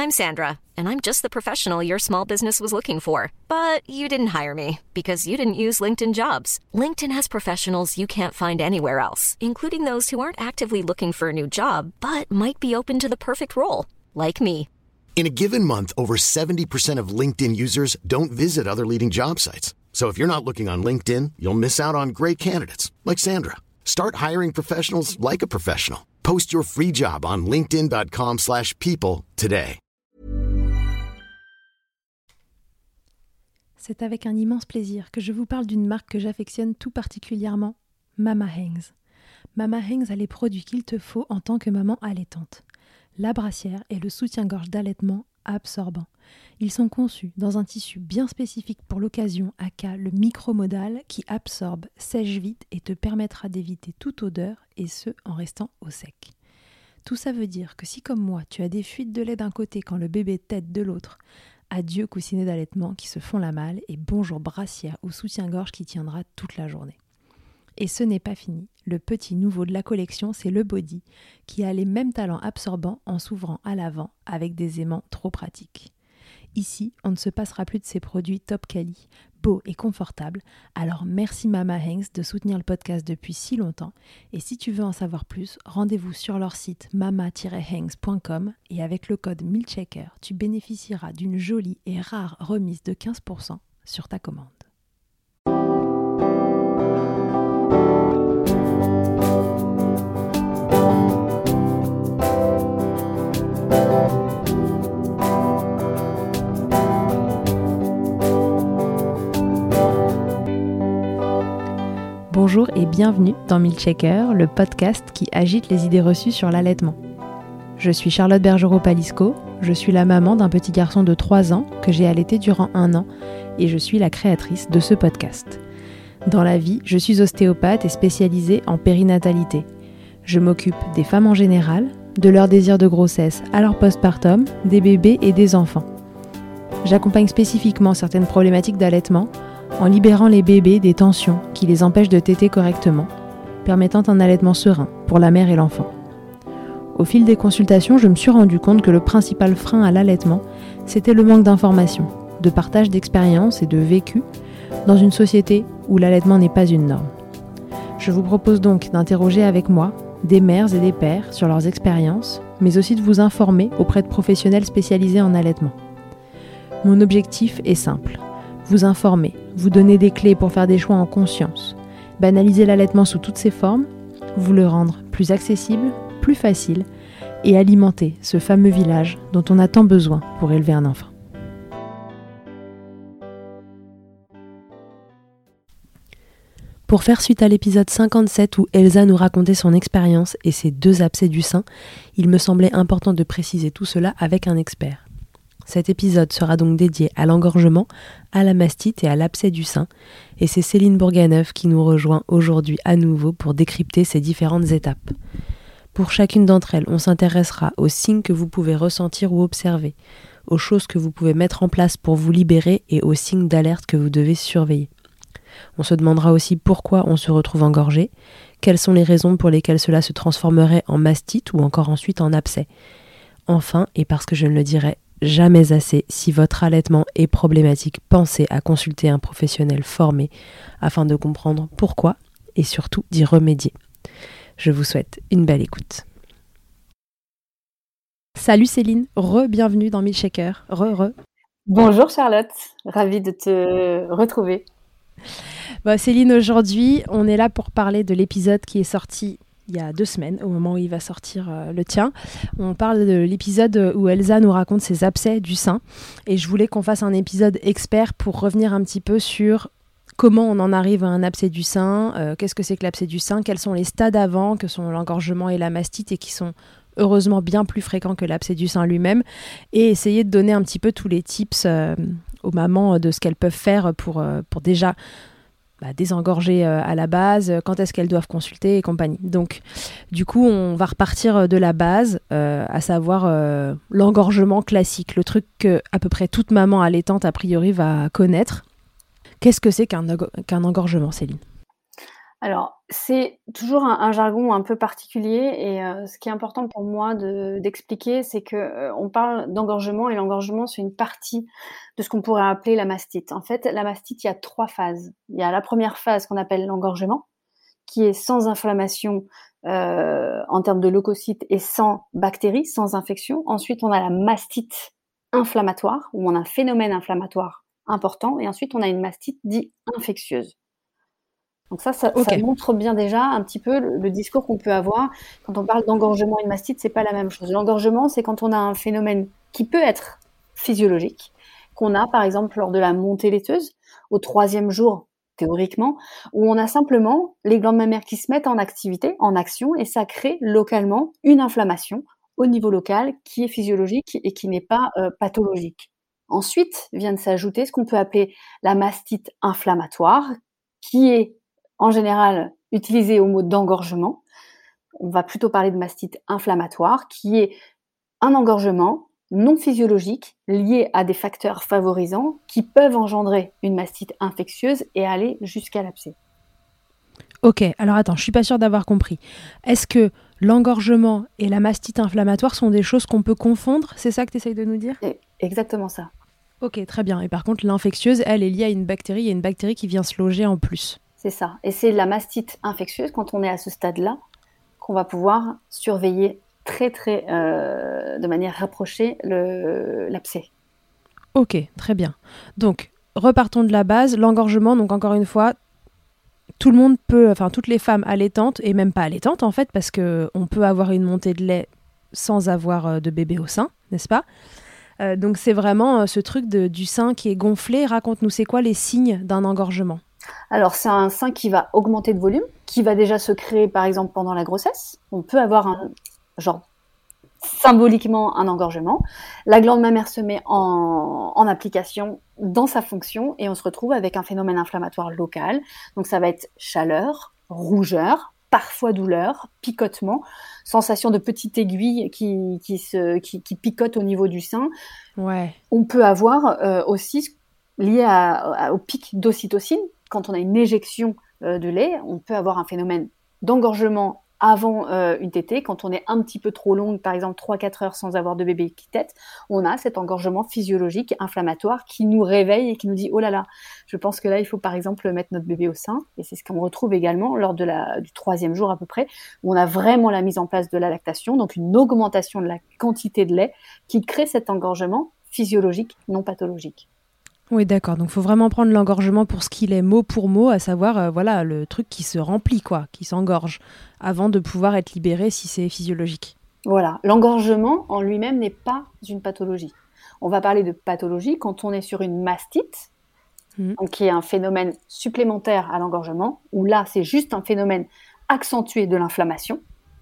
I'm Sandra, and I'm just the professional your small business was looking for. But you didn't hire me because you didn't use LinkedIn Jobs. LinkedIn has professionals you can't find anywhere else, including those who aren't actively looking for a new job, but might be open to the perfect role, like me. In a given month, over 70% of LinkedIn users don't visit other leading job sites. So if you're not looking on LinkedIn, you'll miss out on great candidates like Sandra. Start hiring professionals like a professional. Post your free job on linkedin.com/people today. C'est avec un immense plaisir que je vous parle d'une marque que j'affectionne tout particulièrement, Mama Hanks. Mama Hanks a les produits qu'il te faut en tant que maman allaitante. La brassière et le soutien-gorge d'allaitement absorbant. Ils sont conçus dans un tissu bien spécifique pour l'occasion, aka le micromodal, qui absorbe, sèche vite et te permettra d'éviter toute odeur, et ce, en restant au sec. Tout ça veut dire que si, comme moi, tu as des fuites de lait d'un côté quand le bébé tète de l'autre, adieu coussinet d'allaitement qui se font la malle et bonjour brassière ou soutien-gorge qui tiendra toute la journée. Et ce n'est pas fini. Le petit nouveau de la collection, c'est le body, qui a les mêmes talents absorbants en s'ouvrant à l'avant avec des aimants trop pratiques. Ici, on ne se passera plus de ces produits top quali, beaux et confortables. Alors merci Mama Hanks de soutenir le podcast depuis si longtemps. Et si tu veux en savoir plus, rendez-vous sur leur site mama-hanks.com et avec le code MILCHECKER, tu bénéficieras d'une jolie et rare remise de 15% sur ta commande. Bonjour et bienvenue dans Milchecker, le podcast qui agite les idées reçues sur l'allaitement. Je suis Charlotte Bergerot-Palisco, je suis la maman d'un petit garçon de 3 ans que j'ai allaité durant 1 an et je suis la créatrice de ce podcast. Dans la vie, je suis ostéopathe et spécialisée en périnatalité. Je m'occupe des femmes en général, de leur désir de grossesse à leur postpartum, des bébés et des enfants. J'accompagne spécifiquement certaines problématiques d'allaitement en libérant les bébés des tensions qui les empêchent de téter correctement, permettant un allaitement serein pour la mère et l'enfant. Au fil des consultations, je me suis rendu compte que le principal frein à l'allaitement, c'était le manque d'informations, de partage d'expériences et de vécu dans une société où l'allaitement n'est pas une norme. Je vous propose donc d'interroger avec moi des mères et des pères sur leurs expériences, mais aussi de vous informer auprès de professionnels spécialisés en allaitement. Mon objectif est simple. Vous informer, vous donner des clés pour faire des choix en conscience, banaliser l'allaitement sous toutes ses formes, vous le rendre plus accessible, plus facile et alimenter ce fameux village dont on a tant besoin pour élever un enfant. Pour faire suite à l'épisode 57 où Elsa nous racontait son expérience et ses 2 abcès du sein, il me semblait important de préciser tout cela avec un expert. Cet épisode sera donc dédié à l'engorgement, à la mastite et à l'abcès du sein, et c'est Céline Bourganeuf qui nous rejoint aujourd'hui à nouveau pour décrypter ces différentes étapes. Pour chacune d'entre elles, on s'intéressera aux signes que vous pouvez ressentir ou observer, aux choses que vous pouvez mettre en place pour vous libérer et aux signes d'alerte que vous devez surveiller. On se demandera aussi pourquoi on se retrouve engorgé, quelles sont les raisons pour lesquelles cela se transformerait en mastite ou encore ensuite en abcès. Enfin, et parce que je ne le dirai jamais assez, si votre allaitement est problématique, pensez à consulter un professionnel formé afin de comprendre pourquoi et surtout d'y remédier. Je vous souhaite une belle écoute. Salut Céline, bienvenue dans Milchecker. Bonjour Charlotte, ravie de te retrouver. Céline, aujourd'hui, on est là pour parler de l'épisode qui est sorti il y a 2 semaines, au moment où il va sortir le tien. On parle de l'épisode où Elsa nous raconte ses abcès du sein. Et je voulais qu'on fasse un épisode expert pour revenir un petit peu sur comment on en arrive à un abcès du sein, qu'est-ce que c'est que l'abcès du sein, quels sont les stades avant, que sont l'engorgement et la mastite, et qui sont heureusement bien plus fréquents que l'abcès du sein lui-même, et essayer de donner un petit peu tous les tips aux mamans de ce qu'elles peuvent faire pour déjà désengorger à la base, quand est-ce qu'elles doivent consulter et compagnie. Donc, du coup, on va repartir de la base, à savoir l'engorgement classique, le truc que à peu près toute maman allaitante, a priori, va connaître. Qu'est-ce que c'est qu'un engorgement, Céline ? Alors, c'est toujours un jargon un peu particulier et ce qui est important pour moi d'expliquer, c'est que, on parle d'engorgement et l'engorgement, c'est une partie de ce qu'on pourrait appeler la mastite. En fait, la mastite, il y a 3 phases. Il y a la première phase qu'on appelle l'engorgement, qui est sans inflammation, en termes de leucocytes et sans bactéries, sans infection. Ensuite, on a la mastite inflammatoire, où on a un phénomène inflammatoire important et ensuite on a une mastite dite infectieuse. Donc ça Ok, montre bien déjà un petit peu le discours qu'on peut avoir quand on parle d'engorgement et de mastite, c'est pas la même chose. L'engorgement, c'est quand on a un phénomène qui peut être physiologique, qu'on a par exemple lors de la montée laiteuse, au 3e jour théoriquement, où on a simplement les glandes mammaires qui se mettent en activité, en action, et ça crée localement une inflammation au niveau local qui est physiologique et qui n'est pas pathologique. Ensuite vient de s'ajouter ce qu'on peut appeler la mastite inflammatoire, qui est en général utilisé au mot d'engorgement. On va plutôt parler de mastite inflammatoire, qui est un engorgement non physiologique lié à des facteurs favorisants qui peuvent engendrer une mastite infectieuse et aller jusqu'à l'abcès. ok. Alors attends, je suis pas sûre d'avoir compris. Est-ce que l'engorgement et la mastite inflammatoire sont des choses qu'on peut confondre? C'est ça que tu essayes de nous dire? Et exactement ça. Ok, très bien. Et par contre, l'infectieuse, elle est liée à une bactérie. Il y a une bactérie qui vient se loger en plus. C'est ça. Et c'est la mastite infectieuse, quand on est à ce stade-là, qu'on va pouvoir surveiller de manière rapprochée l'abcès. Ok, très bien. Donc, repartons de la base. L'engorgement, donc encore une fois, tout le monde peut, enfin toutes les femmes allaitantes, et même pas allaitantes en fait, parce qu'on peut avoir une montée de lait sans avoir de bébé au sein, n'est-ce pas? Donc c'est vraiment ce truc du sein qui est gonflé. Raconte-nous, c'est quoi les signes d'un engorgement? Alors, c'est un sein qui va augmenter de volume, qui va déjà se créer, par exemple, pendant la grossesse. On peut avoir symboliquement un engorgement. La glande mammaire se met en application dans sa fonction et on se retrouve avec un phénomène inflammatoire local. Donc, ça va être chaleur, rougeur, parfois douleur, picotement, sensation de petite aiguille qui picote au niveau du sein. Ouais. On peut avoir aussi lié au pic d'ocytocine. Quand on a une éjection de lait, on peut avoir un phénomène d'engorgement avant une tétée. Quand on est un petit peu trop longue, par exemple 3-4 heures sans avoir de bébé qui tète, on a cet engorgement physiologique inflammatoire qui nous réveille et qui nous dit « Oh là là, je pense que là, il faut par exemple mettre notre bébé au sein ». Et c'est ce qu'on retrouve également lors du 3e jour à peu près, où on a vraiment la mise en place de la lactation, donc une augmentation de la quantité de lait qui crée cet engorgement physiologique non pathologique. Oui, d'accord. Donc, il faut vraiment prendre l'engorgement pour ce qu'il est, mot pour mot, à savoir, voilà, le truc qui se remplit, quoi, qui s'engorge, avant de pouvoir être libéré si c'est physiologique. Voilà. L'engorgement en lui-même n'est pas une pathologie. On va parler de pathologie quand on est sur une mastite, donc qui est un phénomène supplémentaire à l'engorgement, où là, c'est juste un phénomène accentué de l'inflammation,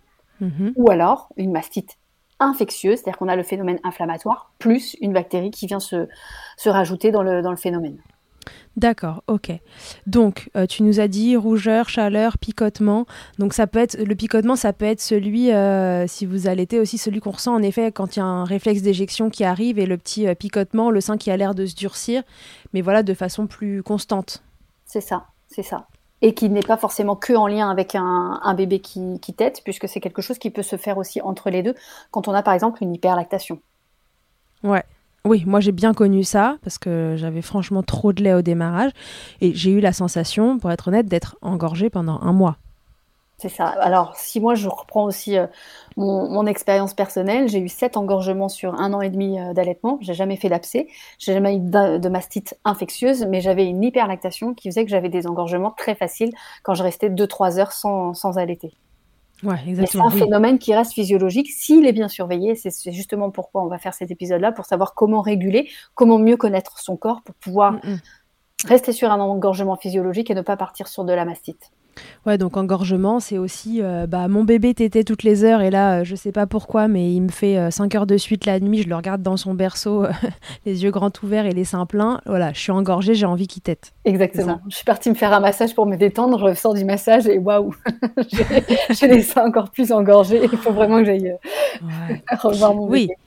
ou alors une mastite infectieuse, c'est-à-dire qu'on a le phénomène inflammatoire, plus une bactérie qui vient se rajouter dans le phénomène. D'accord, ok. Donc, tu nous as dit rougeur, chaleur, picotement. Donc, le picotement, ça peut être celui, si vous allaitez aussi, celui qu'on ressent en effet quand il y a un réflexe d'éjection qui arrive et le petit picotement, le sein qui a l'air de se durcir, mais voilà, de façon plus constante. C'est ça. Et qui n'est pas forcément que en lien avec un bébé qui tète, puisque c'est quelque chose qui peut se faire aussi entre les deux, quand on a par exemple une hyperlactation. Ouais. Oui, moi j'ai bien connu ça, parce que j'avais franchement trop de lait au démarrage, et j'ai eu la sensation, pour être honnête, d'être engorgée pendant 1 mois. C'est ça. Alors, si moi je reprends aussi mon expérience personnelle, j'ai eu 7 engorgements sur 1 an et demi d'allaitement. J'ai jamais fait d'abcès, j'ai jamais eu de mastite infectieuse, mais j'avais une hyperlactation qui faisait que j'avais des engorgements très faciles quand je restais 2-3 heures sans allaiter. Ouais, Mais c'est exactement. un phénomène qui reste physiologique s'il est bien surveillé. C'est justement pourquoi on va faire cet épisode-là, pour savoir comment réguler, comment mieux connaître son corps pour pouvoir rester sur un engorgement physiologique et ne pas partir sur de la mastite. Ouais, donc engorgement, c'est aussi mon bébé tétait toutes les heures et là, je sais pas pourquoi, mais il me fait 5 heures de suite la nuit, je le regarde dans son berceau, les yeux grands ouverts et les seins pleins. Voilà, je suis engorgée, j'ai envie qu'il tète. Exactement. Je suis partie me faire un massage pour me détendre, je sors du massage et waouh, j'ai les seins encore plus engorgés. Il faut vraiment que j'aille revoir mon bébé. Oui.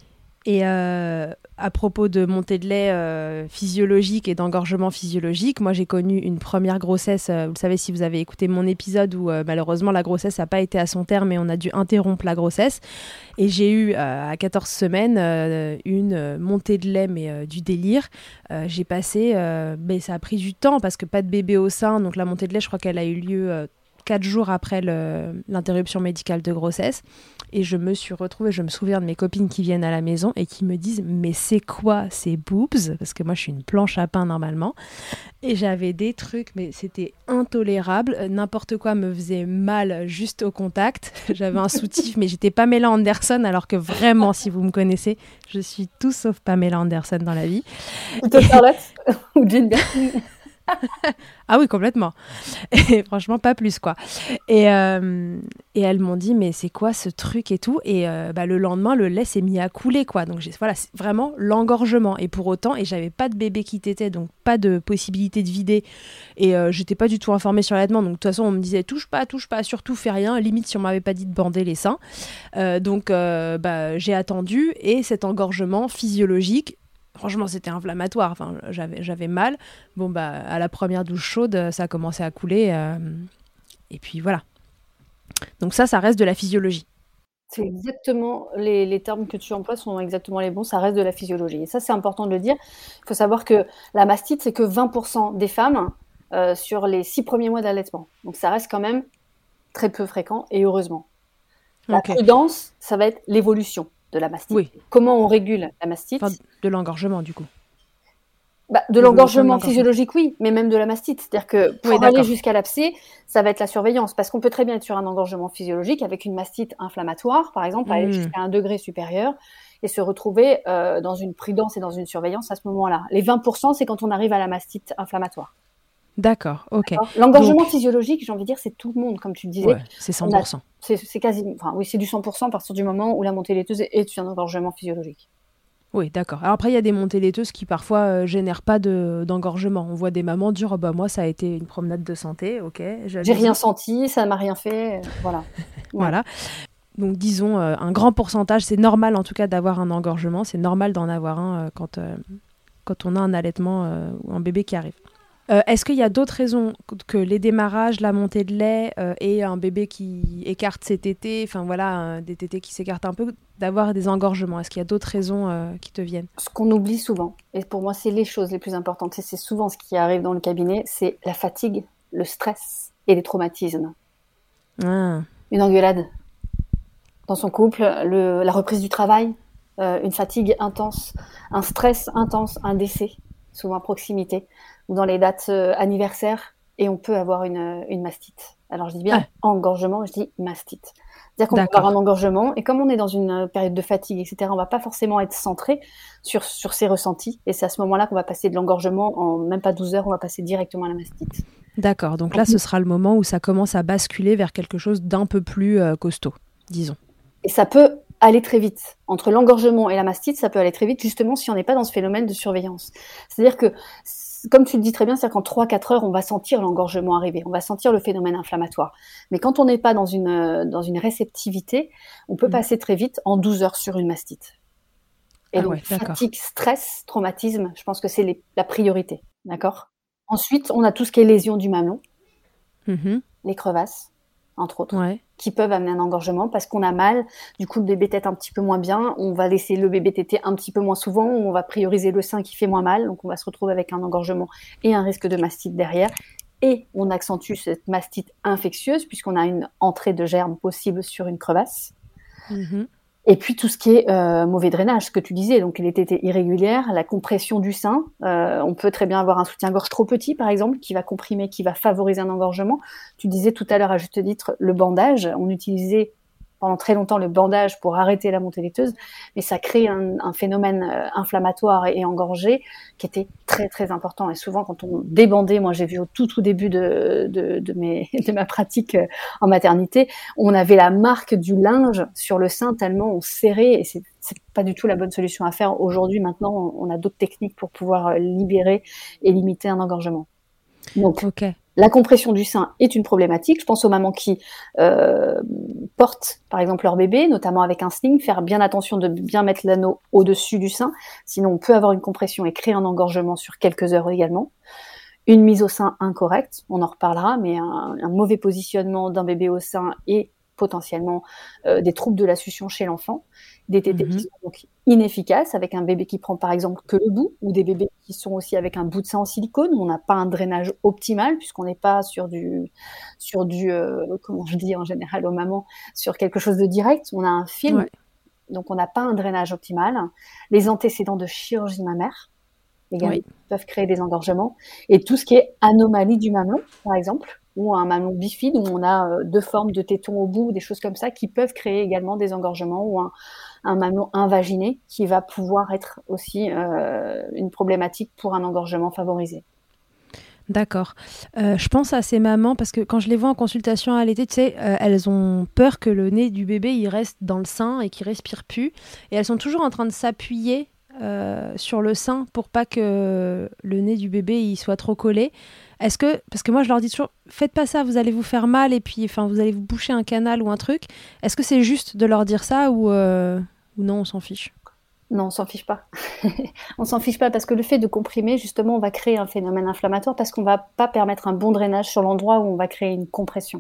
Et à propos de montée de lait physiologique et d'engorgement physiologique, moi j'ai connu une première grossesse, vous le savez si vous avez écouté mon épisode où malheureusement la grossesse n'a pas été à son terme et on a dû interrompre la grossesse. Et j'ai eu à 14 semaines une montée de lait mais du délire. J'ai passé, mais ça a pris du temps parce que pas de bébé au sein, donc la montée de lait je crois qu'elle a eu lieu 4 jours après l'interruption médicale de grossesse. Et je me suis retrouvée, je me souviens de mes copines qui viennent à la maison et qui me disent « Mais c'est quoi ces boobs ?» Parce que moi, je suis une planche à pain normalement. Et j'avais des trucs, mais c'était intolérable. N'importe quoi me faisait mal juste au contact. J'avais un soutif, mais j'étais Pamela Anderson, alors que vraiment, si vous me connaissez, je suis tout sauf Pamela Anderson dans la vie. Ou Todd Charlotte ou Jane Birkin. Ah oui, complètement. Et franchement, pas plus, quoi. Et elles m'ont dit, mais c'est quoi ce truc et tout ? Et le lendemain, le lait s'est mis à couler, quoi. Donc voilà, c'est vraiment l'engorgement. Et pour autant, et j'avais pas de bébé qui tétait, donc pas de possibilité de vider. Et j'étais pas du tout informée sur l'allaitement. Donc de toute façon, on me disait, touche pas, surtout fais rien. Limite, si on m'avait pas dit de bander les seins. Donc j'ai attendu. Et cet engorgement physiologique, franchement, c'était inflammatoire. Enfin, j'avais mal. Bon, à la première douche chaude, ça a commencé à couler. Et puis voilà. Donc ça reste de la physiologie. C'est exactement, les termes que tu emploies sont exactement les bons, ça reste de la physiologie. Et ça, c'est important de le dire. Il faut savoir que la mastite, c'est que 20% des femmes sur les 6 premiers mois d'allaitement. Donc ça reste quand même très peu fréquent, et heureusement. La prudence, ça va être l'évolution de la mastite. Oui. Comment on régule la mastite ? Enfin, de l'engorgement, du coup. De l'engorgement physiologique, oui, mais même de la mastite. C'est-à-dire que pour aller jusqu'à l'abcès, ça va être la surveillance. Parce qu'on peut très bien être sur un engorgement physiologique avec une mastite inflammatoire, par exemple, aller jusqu'à un degré supérieur et se retrouver dans une prudence et dans une surveillance à ce moment-là. Les 20%, c'est quand on arrive à la mastite inflammatoire. D'accord, ok. D'accord. L'engorgement physiologique, j'ai envie de dire, c'est tout le monde, comme tu le disais. Ouais, c'est 100%. C'est quasiment, c'est du 100% à partir du moment où la montée laiteuse est un engorgement physiologique. Oui, d'accord. Alors après, il y a des montées laiteuses qui parfois génèrent pas d'engorgement. On voit des mamans dire moi, ça a été une promenade de santé, ok. J'ai rien senti, ça m'a rien fait, voilà. Ouais. Voilà. Donc disons, un grand pourcentage, c'est normal en tout cas d'avoir un engorgement, c'est normal d'en avoir un quand on a un allaitement ou un bébé qui arrive. Est-ce qu'il y a d'autres raisons que les démarrages, la montée de lait et un bébé qui écarte ses tétés, enfin voilà, des tétés qui s'écartent un peu, d'avoir des engorgements? Est-ce qu'il y a d'autres raisons qui te viennent? Ce qu'on oublie souvent, et pour moi c'est les choses les plus importantes, et c'est souvent ce qui arrive dans le cabinet, c'est la fatigue, le stress et les traumatismes. Une engueulade dans son couple, la reprise du travail, une fatigue intense, un stress intense, un décès, souvent à proximité, ou dans les dates anniversaires, et on peut avoir une mastite. Alors je dis bien engorgement, je dis mastite. C'est-à-dire qu'on peut avoir un engorgement, et comme on est dans une période de fatigue, etc., on va pas forcément être centré sur ses ressentis, et c'est à ce moment-là qu'on va passer de l'engorgement, en même pas 12 heures, on va passer directement à la mastite. D'accord, donc là ce sera le moment où ça commence à basculer vers quelque chose d'un peu plus costaud, disons. Et ça peut aller très vite. Entre l'engorgement et la mastite, ça peut aller très vite, justement, si on n'est pas dans ce phénomène de surveillance. C'est-à-dire que, comme tu le dis très bien, c'est-à-dire qu'en 3-4 heures, on va sentir l'engorgement arriver, on va sentir le phénomène inflammatoire. Mais quand on n'est pas dans une réceptivité, on peut passer très vite en 12 heures sur une mastite. Et donc, fatigue, stress, traumatisme, je pense que c'est la priorité. D'accord ? Ensuite, on a tout ce qui est lésion du mamelon, les crevasses, entre autres, qui peuvent amener un engorgement parce qu'on a mal, du coup le bébé tète un petit peu moins bien, on va laisser le bébé téter un petit peu moins souvent, on va prioriser le sein qui fait moins mal, donc on va se retrouver avec un engorgement et un risque de mastite derrière, et on accentue cette mastite infectieuse puisqu'on a une entrée de germes possible sur une crevasse. Et puis tout ce qui est mauvais drainage, ce que tu disais, donc les tétées irrégulières, la compression du sein, on peut très bien avoir un soutien-gorge trop petit par exemple, qui va comprimer, qui va favoriser un engorgement. Tu disais tout à l'heure à juste titre le bandage, on utilisait pendant très longtemps le bandage pour arrêter la montée laiteuse, mais ça crée un phénomène inflammatoire et engorgé qui était très très important. Et souvent quand on débandait, moi j'ai vu au tout début de ma pratique en maternité, on avait la marque du linge sur le sein tellement on serrait, et c'est pas du tout la bonne solution à faire. Aujourd'hui, maintenant, on a d'autres techniques pour pouvoir libérer et limiter un engorgement. Donc, Ok. la compression du sein est une problématique. Je pense aux mamans qui portent, par exemple, leur bébé, notamment avec un sling, faire bien attention de bien mettre l'anneau au-dessus du sein. Sinon, on peut avoir une compression et créer un engorgement sur quelques heures également. Une mise au sein incorrecte, on en reparlera, mais un mauvais positionnement d'un bébé au sein et potentiellement des troubles de la succion chez l'enfant, des tétées qui sont donc inefficaces, avec un bébé qui prend par exemple que le bout, ou des bébés qui sont aussi avec un bout de sein en silicone, où on n'a pas un drainage optimal, puisqu'on n'est pas sur du comment je dis en général aux mamans, sur quelque chose de direct, on a un film, Ouais. donc on n'a pas un drainage optimal. Les antécédents de chirurgie mammaire, également, Oui. peuvent créer des engorgements. Et tout ce qui est anomalie du mamelon, par exemple, ou un mamelon bifide, où on a deux formes de tétons au bout, des choses comme ça, qui peuvent créer également des engorgements, ou un mamelon invaginé, qui va pouvoir être aussi une problématique pour un engorgement favorisé. D'accord. Je pense à ces mamans parce que quand je les vois en consultation à allaiter, tu sais, elles ont peur que le nez du bébé il reste dans le sein et qu'il respire plus. Et elles sont toujours en train de s'appuyer sur le sein pour pas que le nez du bébé il soit trop collé. Parce que moi je leur dis toujours, faites pas ça, vous allez vous faire mal et puis vous allez vous boucher un canal ou un truc. Est-ce que c'est juste de leur dire ça ou non, on s'en fiche? Non, on s'en fiche pas. On s'en fiche pas parce que le fait de comprimer, justement, on va créer un phénomène inflammatoire parce qu'on va pas permettre un bon drainage sur l'endroit où on va créer une compression.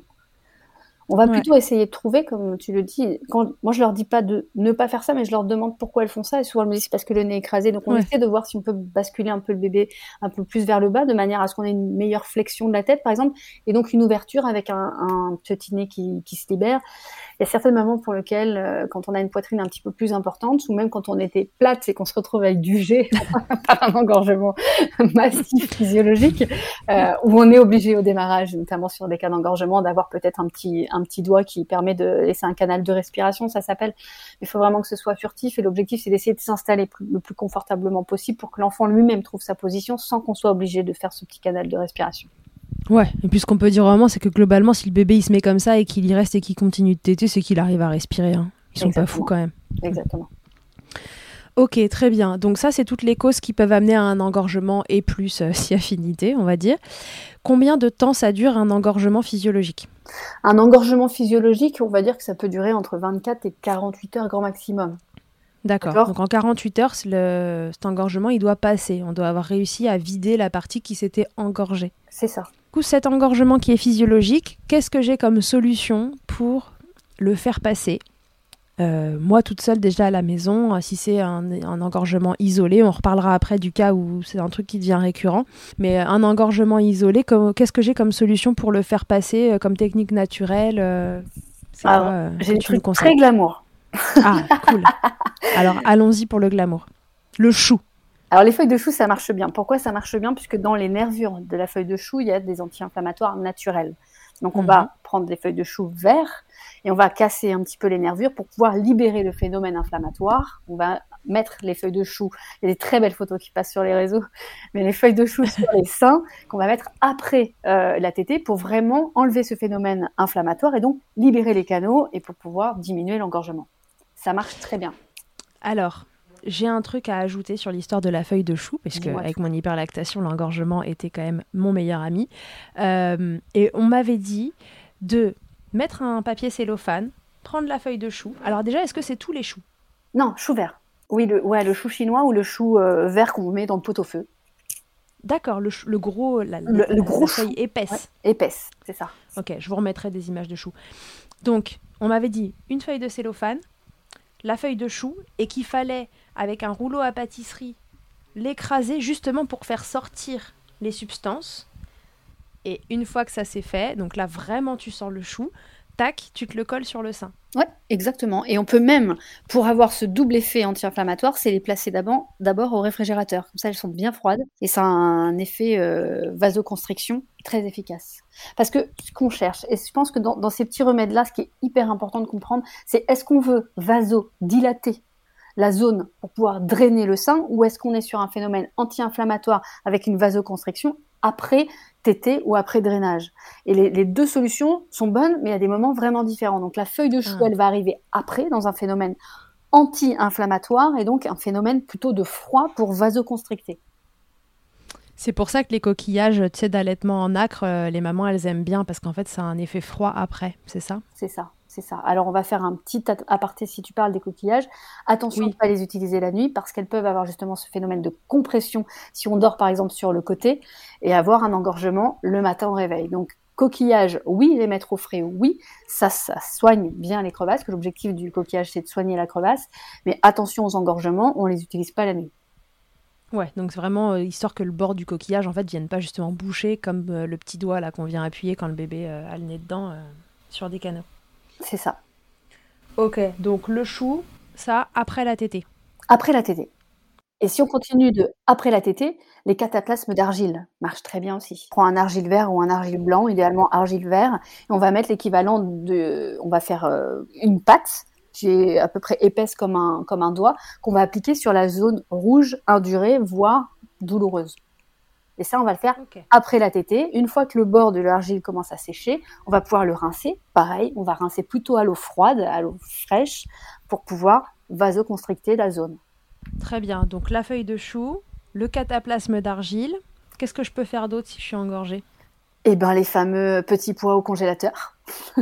On va plutôt essayer de trouver, comme tu le dis, moi je leur dis pas de ne pas faire ça, mais je leur demande pourquoi elles font ça, et souvent elles me disent c'est parce que le nez est écrasé, donc on essaie de voir si on peut basculer un peu le bébé un peu plus vers le bas, de manière à ce qu'on ait une meilleure flexion de la tête, par exemple, et donc une ouverture avec un petit nez qui se libère. Il y a certaines mamans pour lesquelles, quand on a une poitrine un petit peu plus importante, ou même quand on était plate et qu'on se retrouve avec du jet, pas un engorgement massif physiologique, où on est obligé au démarrage, notamment sur des cas d'engorgement, d'avoir peut-être un petit doigt qui permet de laisser un canal de respiration, ça s'appelle. Il faut vraiment que ce soit furtif, et l'objectif c'est d'essayer de s'installer le plus confortablement possible pour que l'enfant lui-même trouve sa position sans qu'on soit obligé de faire ce petit canal de respiration. Ouais, et puis ce qu'on peut dire vraiment, c'est que globalement, si le bébé il se met comme ça et qu'il y reste et qu'il continue de téter, c'est qu'il arrive à respirer. Hein. Ils sont pas fous quand même. Exactement. Ok, très bien. Donc ça, c'est toutes les causes qui peuvent amener à un engorgement et plus si affinité, on va dire. Combien de temps ça dure un engorgement physiologique ? Un engorgement physiologique, on va dire que ça peut durer entre 24 et 48 heures grand maximum. D'accord. Donc en 48 heures, cet engorgement, il doit passer. On doit avoir réussi à vider la partie qui s'était engorgée. C'est ça. Du coup, cet engorgement qui est physiologique, qu'est-ce que j'ai comme solution pour le faire passer ? Moi, toute seule déjà à la maison, si c'est un engorgement isolé, on reparlera après du cas où c'est un truc qui devient récurrent, mais un engorgement isolé, qu'est-ce que j'ai comme solution pour le faire passer, comme technique naturelle j'ai des trucs très glamour. Ah, cool. Alors, allons-y pour le glamour. Le chou. Alors, les feuilles de chou, ça marche bien. Pourquoi ça marche bien ? Puisque dans les nervures de la feuille de chou, il y a des anti-inflammatoires naturels. Donc, on va prendre des feuilles de chou verts et on va casser un petit peu les nervures pour pouvoir libérer le phénomène inflammatoire. On va mettre les feuilles de chou. Il y a des très belles photos qui passent sur les réseaux, mais les feuilles de chou sur les seins qu'on va mettre après la tétée pour vraiment enlever ce phénomène inflammatoire et donc libérer les canaux et pour pouvoir diminuer l'engorgement. Ça marche très bien. Alors, j'ai un truc à ajouter sur l'histoire de la feuille de chou, parce qu'avec mon hyperlactation, l'engorgement était quand même mon meilleur ami. Et on m'avait dit de mettre un papier cellophane, prendre la feuille de chou. Alors déjà, est-ce que c'est tous les choux ? Non, chou vert. Oui, le chou chinois ou le chou vert qu'on met dans le pot-au-feu. D'accord, le gros, le gros la feuille épaisse. Ouais, épaisse, c'est ça. Ok, je vous remettrai des images de chou. Donc, on m'avait dit une feuille de cellophane, la feuille de chou, et qu'il fallait, avec un rouleau à pâtisserie, l'écraser justement pour faire sortir les substances. Et une fois que ça c'est fait, donc là vraiment tu sors le chou, tac, tu te le colles sur le sein. Ouais, exactement. Et on peut même, pour avoir ce double effet anti-inflammatoire, c'est les placer d'abord au réfrigérateur. Comme ça, elles sont bien froides. Et ça a un effet vasoconstriction très efficace. Parce que ce qu'on cherche, et je pense que dans ces petits remèdes-là, ce qui est hyper important de comprendre, c'est est-ce qu'on veut vasodilater la zone pour pouvoir drainer le sein, ou est-ce qu'on est sur un phénomène anti-inflammatoire avec une vasoconstriction après tétée ou après drainage. Et les deux solutions sont bonnes, mais il y a des moments vraiment différents. Donc la feuille de chou, elle va arriver après, dans un phénomène anti-inflammatoire, et donc un phénomène plutôt de froid pour vasoconstricter. C'est pour ça que les coquillages, tu sais, d'allaitement en nacre, les mamans, elles aiment bien parce qu'en fait, ça a un effet froid après, c'est ça? C'est ça, c'est ça. Alors, on va faire un petit aparté si tu parles des coquillages. Attention de ne pas les utiliser la nuit parce qu'elles peuvent avoir justement ce phénomène de compression si on dort par exemple sur le côté et avoir un engorgement le matin au réveil. Donc, coquillages, oui, les mettre au frais, oui, ça soigne bien les crevasses, que l'objectif du coquillage, c'est de soigner la crevasse, mais attention aux engorgements, on ne les utilise pas la nuit. Ouais, donc c'est vraiment histoire que le bord du coquillage en fait vienne pas justement boucher comme le petit doigt là qu'on vient appuyer quand le bébé a le nez dedans sur des canaux. C'est ça. Ok, donc le chou, ça après la tétée. Après la tétée. Et si on continue de après la tétée, les cataplasmes d'argile marchent très bien aussi. On prend un argile vert ou un argile blanc, idéalement argile vert, et on va mettre l'équivalent on va faire une pâte qui est à peu près épaisse comme un doigt, qu'on va appliquer sur la zone rouge, indurée, voire douloureuse. Et ça, on va le faire après la tétée. Une fois que le bord de l'argile commence à sécher, on va pouvoir le rincer. Pareil, on va rincer plutôt à l'eau froide, à l'eau fraîche, pour pouvoir vasoconstricter la zone. Très bien, donc la feuille de chou, le cataplasme d'argile. Qu'est-ce que je peux faire d'autre si je suis engorgée ? Eh bien, les fameux petits pois au congélateur.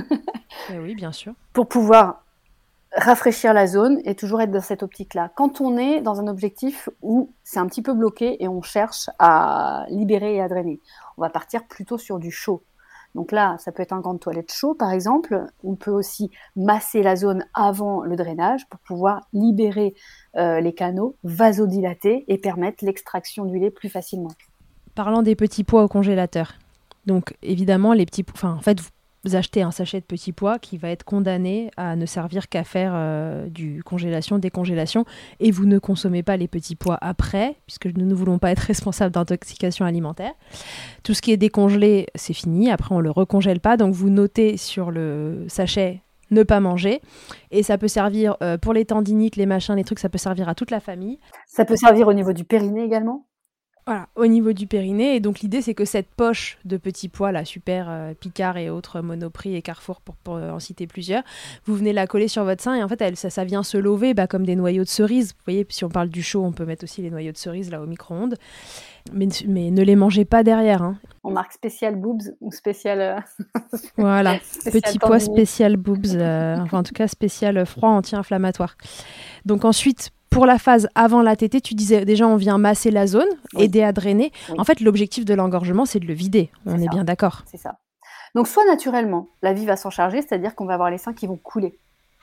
Oui, bien sûr. Pour pouvoir rafraîchir la zone et toujours être dans cette optique-là. Quand on est dans un objectif où c'est un petit peu bloqué et on cherche à libérer et à drainer, on va partir plutôt sur du chaud. Donc là, ça peut être un gant de toilette chaud, par exemple. On peut aussi masser la zone avant le drainage pour pouvoir libérer les canaux, vasodilater et permettre l'extraction du lait plus facilement. Parlant des petits pois au congélateur. Donc évidemment, les petits pois, en fait, vous achetez un sachet de petits pois qui va être condamné à ne servir qu'à faire du congélation, décongélation, et vous ne consommez pas les petits pois après, puisque nous ne voulons pas être responsables d'intoxication alimentaire. Tout ce qui est décongelé, c'est fini, après on ne le recongèle pas, donc vous notez sur le sachet ne pas manger, et ça peut servir pour les tendinites, les machins, les trucs, ça peut servir à toute la famille. Ça peut servir au niveau du périnée également. Voilà, au niveau du périnée. Et donc l'idée, c'est que cette poche de petits pois, là, super Picard et autres Monoprix et Carrefour, pour en citer plusieurs, vous venez la coller sur votre sein et en fait, ça vient se lever comme des noyaux de cerise. Vous voyez, si on parle du chaud, on peut mettre aussi les noyaux de cerise là au micro-ondes. Mais ne les mangez pas derrière. Hein. On marque spécial boobs ou spécial... Voilà, petits pois spécial boobs, enfin en tout cas spécial froid anti-inflammatoire. Donc ensuite... Pour la phase avant la tétée, tu disais déjà on vient masser la zone, aider à drainer. Oui. En fait, l'objectif de l'engorgement, c'est de le vider. On est bien d'accord. C'est ça. Donc, soit naturellement, la vie va s'en charger, c'est-à-dire qu'on va avoir les seins qui vont couler.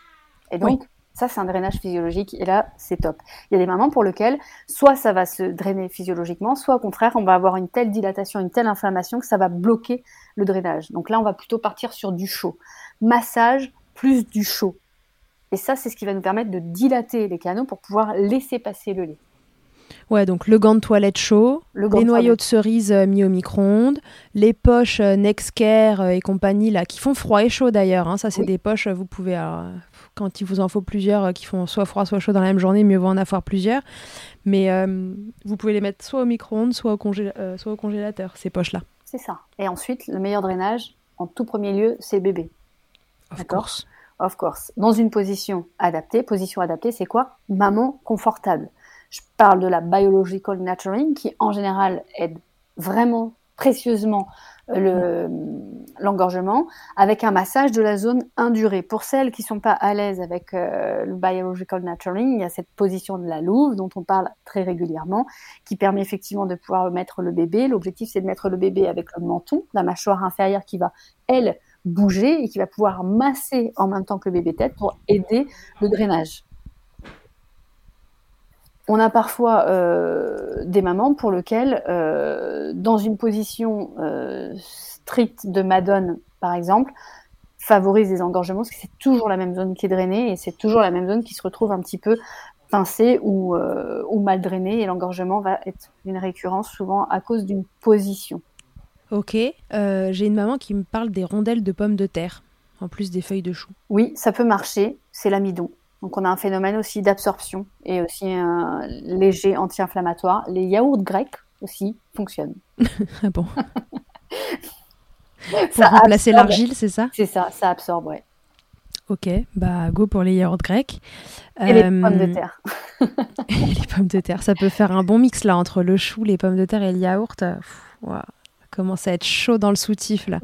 Et donc, ça, c'est un drainage physiologique. Et là, c'est top. Il y a des mamans pour lesquelles, soit ça va se drainer physiologiquement, soit au contraire, on va avoir une telle dilatation, une telle inflammation que ça va bloquer le drainage. Donc là, on va plutôt partir sur du chaud. Massage plus du chaud. Et ça, c'est ce qui va nous permettre de dilater les canaux pour pouvoir laisser passer le lait. Ouais, donc le gant de toilette chaud, les noyaux de cerise mis au micro-ondes, les poches Nexcare et compagnie, là, qui font froid et chaud d'ailleurs. Hein. Ça, c'est des poches, vous pouvez, quand il vous en faut plusieurs, qui font soit froid, soit chaud dans la même journée, mieux vaut en avoir plusieurs. Mais vous pouvez les mettre soit au micro-ondes, soit au congélateur, ces poches-là. C'est ça. Et ensuite, le meilleur drainage, en tout premier lieu, c'est le bébé. D'accord ? Of course. Dans une position adaptée. Position adaptée, c'est quoi ? Maman confortable. Je parle de la biological nurturing qui, en général, aide vraiment précieusement l'engorgement avec un massage de la zone indurée. Pour celles qui ne sont pas à l'aise avec le biological nurturing, il y a cette position de la louve dont on parle très régulièrement qui permet effectivement de pouvoir mettre le bébé. L'objectif, c'est de mettre le bébé avec le menton, la mâchoire inférieure qui va, elle, bouger et qui va pouvoir masser en même temps que le bébé tête pour aider le drainage. On a parfois des mamans pour lesquelles, dans une position stricte de Madone, par exemple, favorise des engorgements parce que c'est toujours la même zone qui est drainée et c'est toujours la même zone qui se retrouve un petit peu pincée ou mal drainée et l'engorgement va être une récurrence souvent à cause d'une position. Ok, j'ai une maman qui me parle des rondelles de pommes de terre, en plus des feuilles de chou. Oui, ça peut marcher, c'est l'amidon. Donc on a un phénomène aussi d'absorption et aussi un léger anti-inflammatoire. Les yaourts grecs aussi fonctionnent. Ah bon. Pour remplacer l'argile, c'est ça ? C'est ça, ça absorbe, ouais. Ok, bah go pour les yaourts grecs. Et les pommes de terre. Et les pommes de terre, ça peut faire un bon mix là entre le chou, les pommes de terre et le yaourt. Wow, ça commence à être chaud dans le soutif là.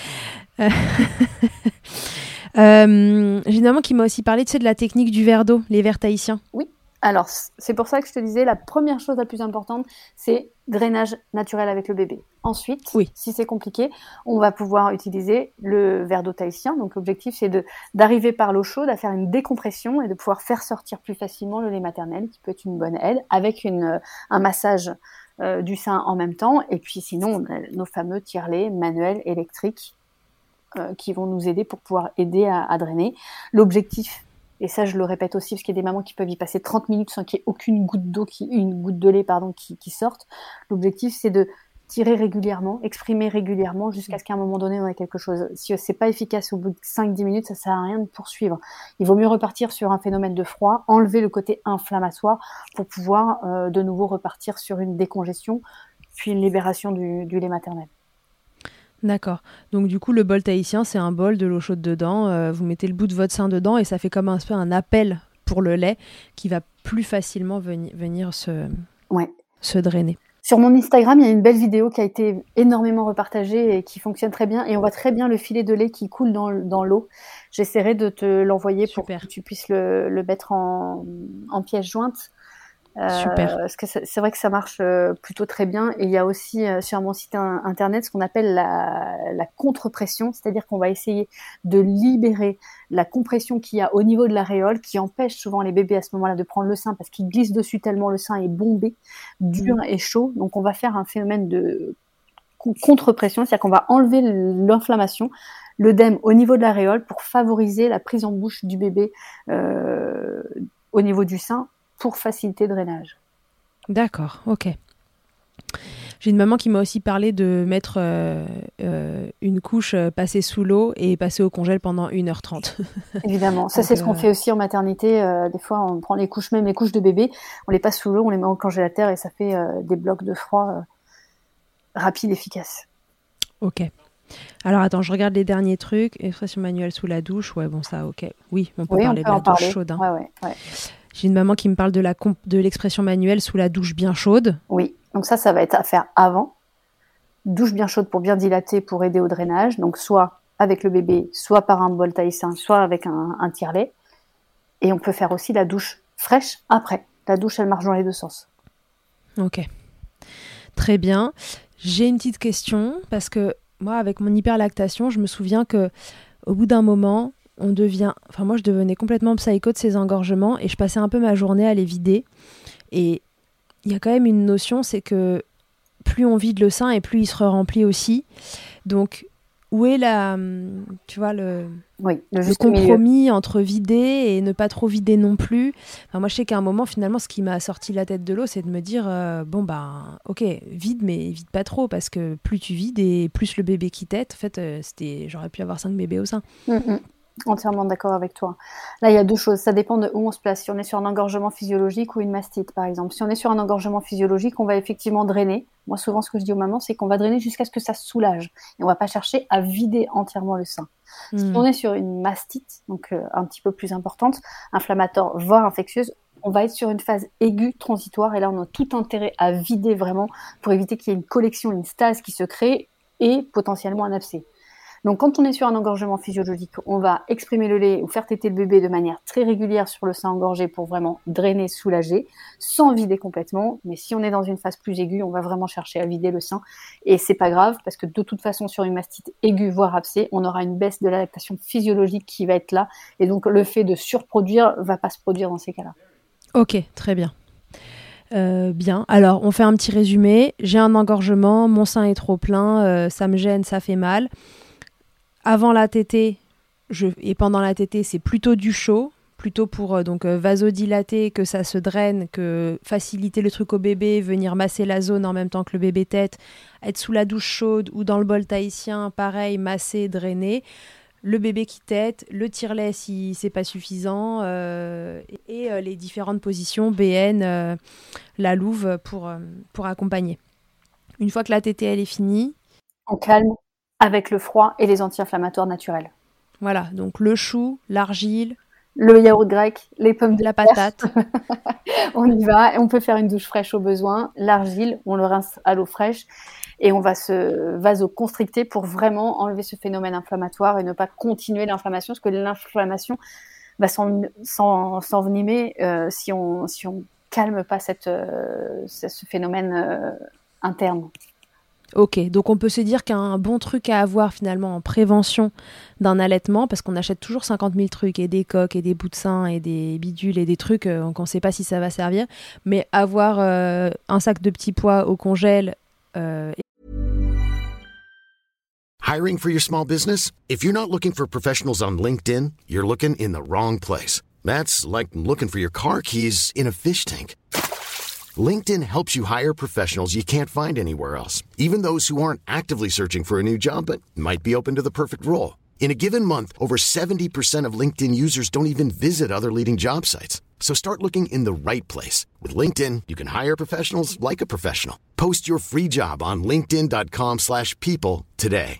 J'ai une maman qui m'a aussi parlé, tu sais, de la technique du verre d'eau, les verres tahitiens. Oui. Alors, c'est pour ça que je te disais, la première chose la plus importante, c'est drainage naturel avec le bébé. Ensuite, Oui. Si c'est compliqué, on va pouvoir utiliser le verre d'eau tahitien. Donc, l'objectif, c'est d'arriver par l'eau chaude à faire une décompression et de pouvoir faire sortir plus facilement le lait maternel, qui peut être une bonne aide, avec un massage du sein en même temps. Et puis, sinon, on a nos fameux tire-lait manuels électriques qui vont nous aider pour pouvoir aider à drainer. L'objectif, et ça je le répète aussi parce qu'il y a des mamans qui peuvent y passer 30 minutes sans qu'il y ait aucune goutte de lait qui sorte. L'objectif, c'est de tirer régulièrement, exprimer régulièrement jusqu'à ce qu'à un moment donné on ait quelque chose. Si c'est pas efficace au bout de 5-10 minutes, ça sert à rien de poursuivre. Il vaut mieux repartir sur un phénomène de froid, enlever le côté inflammatoire pour pouvoir de nouveau repartir sur une décongestion puis une libération du lait maternel. D'accord. Donc du coup, le bol tahitien, c'est un bol, de l'eau chaude dedans. Vous mettez le bout de votre sein dedans et ça fait comme un peu un appel pour le lait qui va plus facilement venir se drainer. Sur mon Instagram, il y a une belle vidéo qui a été énormément repartagée et qui fonctionne très bien. Et on voit très bien le filet de lait qui coule dans l'eau. J'essaierai de te l'envoyer pour que tu puisses le mettre en pièce jointe. Super. Parce que c'est vrai que ça marche plutôt très bien. Et il y a aussi sur mon site internet ce qu'on appelle la contre-pression, c'est-à-dire qu'on va essayer de libérer la compression qu'il y a au niveau de l'aréole qui empêche souvent les bébés à ce moment-là de prendre le sein parce qu'ils glissent dessus tellement le sein est bombé, dur et chaud. Donc on va faire un phénomène de contre-pression, c'est-à-dire qu'on va enlever l'inflammation, l'œdème au niveau de l'aréole pour favoriser la prise en bouche du bébé au niveau du sein, pour faciliter le drainage. D'accord, ok. J'ai une maman qui m'a aussi parlé de mettre une couche passée sous l'eau et passer au congèle pendant 1h30. Évidemment, ça c'est ce qu'on fait aussi en maternité. Des fois, on prend les couches de bébé, on les passe sous l'eau, on les met au congélateur et ça fait des blocs de froid rapides, efficaces. Ok. Alors attends, je regarde les derniers trucs. Expression manuelle sous la douche, ouais bon ça, ok. Oui, on peut parler de la douche chaude. Hein. Ouais. J'ai une maman qui me parle de l'expression manuelle sous la douche bien chaude. Oui, donc ça va être à faire avant. Douche bien chaude pour bien dilater, pour aider au drainage. Donc soit avec le bébé, soit par un bol tahitien, soit avec un tire-lait. Et on peut faire aussi la douche fraîche après. La douche, elle marche dans les deux sens. Ok, très bien. J'ai une petite question parce que moi, avec mon hyperlactation, je me souviens que au bout d'un moment, moi je devenais complètement psycho de ces engorgements et je passais un peu ma journée à les vider. Et il y a quand même une notion, c'est que plus on vide le sein et plus il se remplit aussi. Donc où est le compromis entre vider et ne pas trop vider non plus. Enfin, moi je sais qu'à un moment finalement ce qui m'a sorti la tête de l'eau, c'est de me dire ok, vide mais vide pas trop parce que plus tu vides et plus le bébé qui tète. En fait j'aurais pu avoir 5 bébés au sein. Entièrement d'accord avec toi. Là, il y a deux choses. Ça dépend de où on se place. Si on est sur un engorgement physiologique ou une mastite, par exemple. Si on est sur un engorgement physiologique, on va effectivement drainer. Moi, souvent, ce que je dis aux mamans, c'est qu'on va drainer jusqu'à ce que ça se soulage. Et on va pas chercher à vider entièrement le sein. Si on est sur une mastite, donc un petit peu plus importante, inflammatoire, voire infectieuse, on va être sur une phase aiguë transitoire. Et là, on a tout intérêt à vider vraiment pour éviter qu'il y ait une collection, une stase qui se crée et potentiellement un abcès. Donc, quand on est sur un engorgement physiologique, on va exprimer le lait ou faire téter le bébé de manière très régulière sur le sein engorgé pour vraiment drainer, soulager, sans vider complètement. Mais si on est dans une phase plus aiguë, on va vraiment chercher à vider le sein. Et c'est pas grave, parce que de toute façon, sur une mastite aiguë, voire abcès, on aura une baisse de la lactation physiologique qui va être là. Et donc, le fait de surproduire va pas se produire dans ces cas-là. Ok, très bien. Bien, alors on fait un petit résumé. J'ai un engorgement, mon sein est trop plein, ça me gêne, ça fait mal. Avant la tétée et pendant la tétée, c'est plutôt du chaud, plutôt pour vasodilater, que ça se draine, que faciliter le truc au bébé, venir masser la zone en même temps que le bébé tète, être sous la douche chaude ou dans le bol tahitien, pareil, masser, drainer. Le bébé qui tète, le tire-lait si c'est pas suffisant, et les différentes positions, BN, la louve pour accompagner. Une fois que la tétée elle est finie, on calme avec le froid et les anti-inflammatoires naturels. Voilà, donc le chou, l'argile, le yaourt grec, les pommes de la terre. patate. On y va. Et on peut faire une douche fraîche au besoin. L'argile, on le rince à l'eau fraîche. Et on va se vasoconstricter pour vraiment enlever ce phénomène inflammatoire et ne pas continuer l'inflammation, parce que l'inflammation va s'envenimer si on calme pas ce phénomène interne. Ok, donc on peut se dire qu'un bon truc à avoir finalement en prévention d'un allaitement, parce qu'on achète toujours 50 000 trucs, et des coques, et des bouts de sein, et des bidules, et des trucs qu'on ne sait pas si ça va servir, mais avoir un sac de petits pois au congèle. Hiring for your small business? If you're not looking for professionals on LinkedIn, you're looking in the wrong place. That's like looking for your car keys in a fish tank. LinkedIn helps you hire professionals you can't find anywhere else, even those who aren't actively searching for a new job but might be open to the perfect role. In a given month, over 70% of LinkedIn users don't even visit other leading job sites. So start looking in the right place. With LinkedIn, you can hire professionals like a professional. Post your free job on linkedin.com/people today.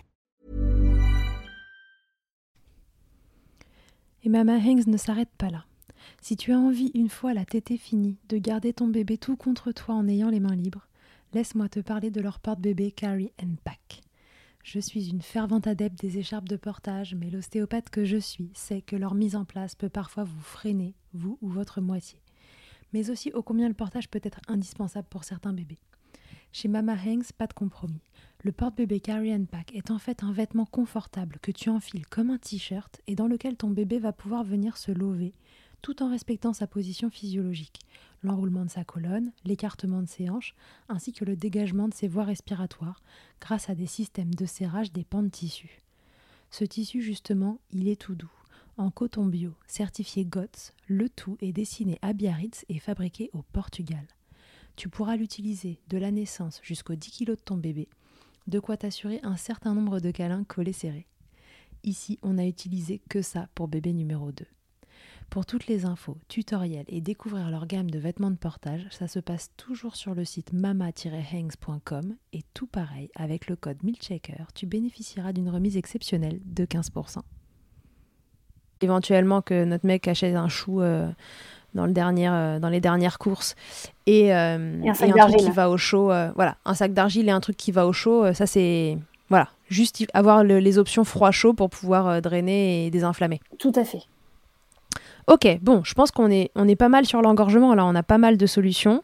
Et Mama Hanks ne s'arrête pas là. Si tu as envie, une fois la tétée finie, de garder ton bébé tout contre toi en ayant les mains libres, laisse-moi te parler de leur porte-bébé Carry and Pack. Je suis une fervente adepte des écharpes de portage, mais l'ostéopathe que je suis sait que leur mise en place peut parfois vous freiner, vous ou votre moitié. Mais aussi ô combien le portage peut être indispensable pour certains bébés. Chez Mama Hanks, pas de compromis. Le porte-bébé Carry and Pack est en fait un vêtement confortable que tu enfiles comme un t-shirt et dans lequel ton bébé va pouvoir venir se lever tout en respectant sa position physiologique, l'enroulement de sa colonne, l'écartement de ses hanches, ainsi que le dégagement de ses voies respiratoires grâce à des systèmes de serrage des pans de tissu. Ce tissu, justement, il est tout doux. En coton bio, certifié GOTS, le tout est dessiné à Biarritz et fabriqué au Portugal. Tu pourras l'utiliser de la naissance jusqu'aux 10 kg de ton bébé, de quoi t'assurer un certain nombre de câlins collés serrés. Ici, on n'a utilisé que ça pour bébé numéro 2. Pour toutes les infos, tutoriels et découvrir leur gamme de vêtements de portage, ça se passe toujours sur le site mama-hanks.com et tout pareil, avec le code MILCHECKER, tu bénéficieras d'une remise exceptionnelle de 15%. Éventuellement que notre mec achète un chou dans les dernières courses et un truc qui va au chaud, voilà, un sac d'argile et un truc qui va au chaud, ça c'est... Voilà, juste avoir les options froid-chaud pour pouvoir drainer et désinflammer. Tout à fait. Ok, bon, je pense qu'on est pas mal sur l'engorgement, là on a pas mal de solutions.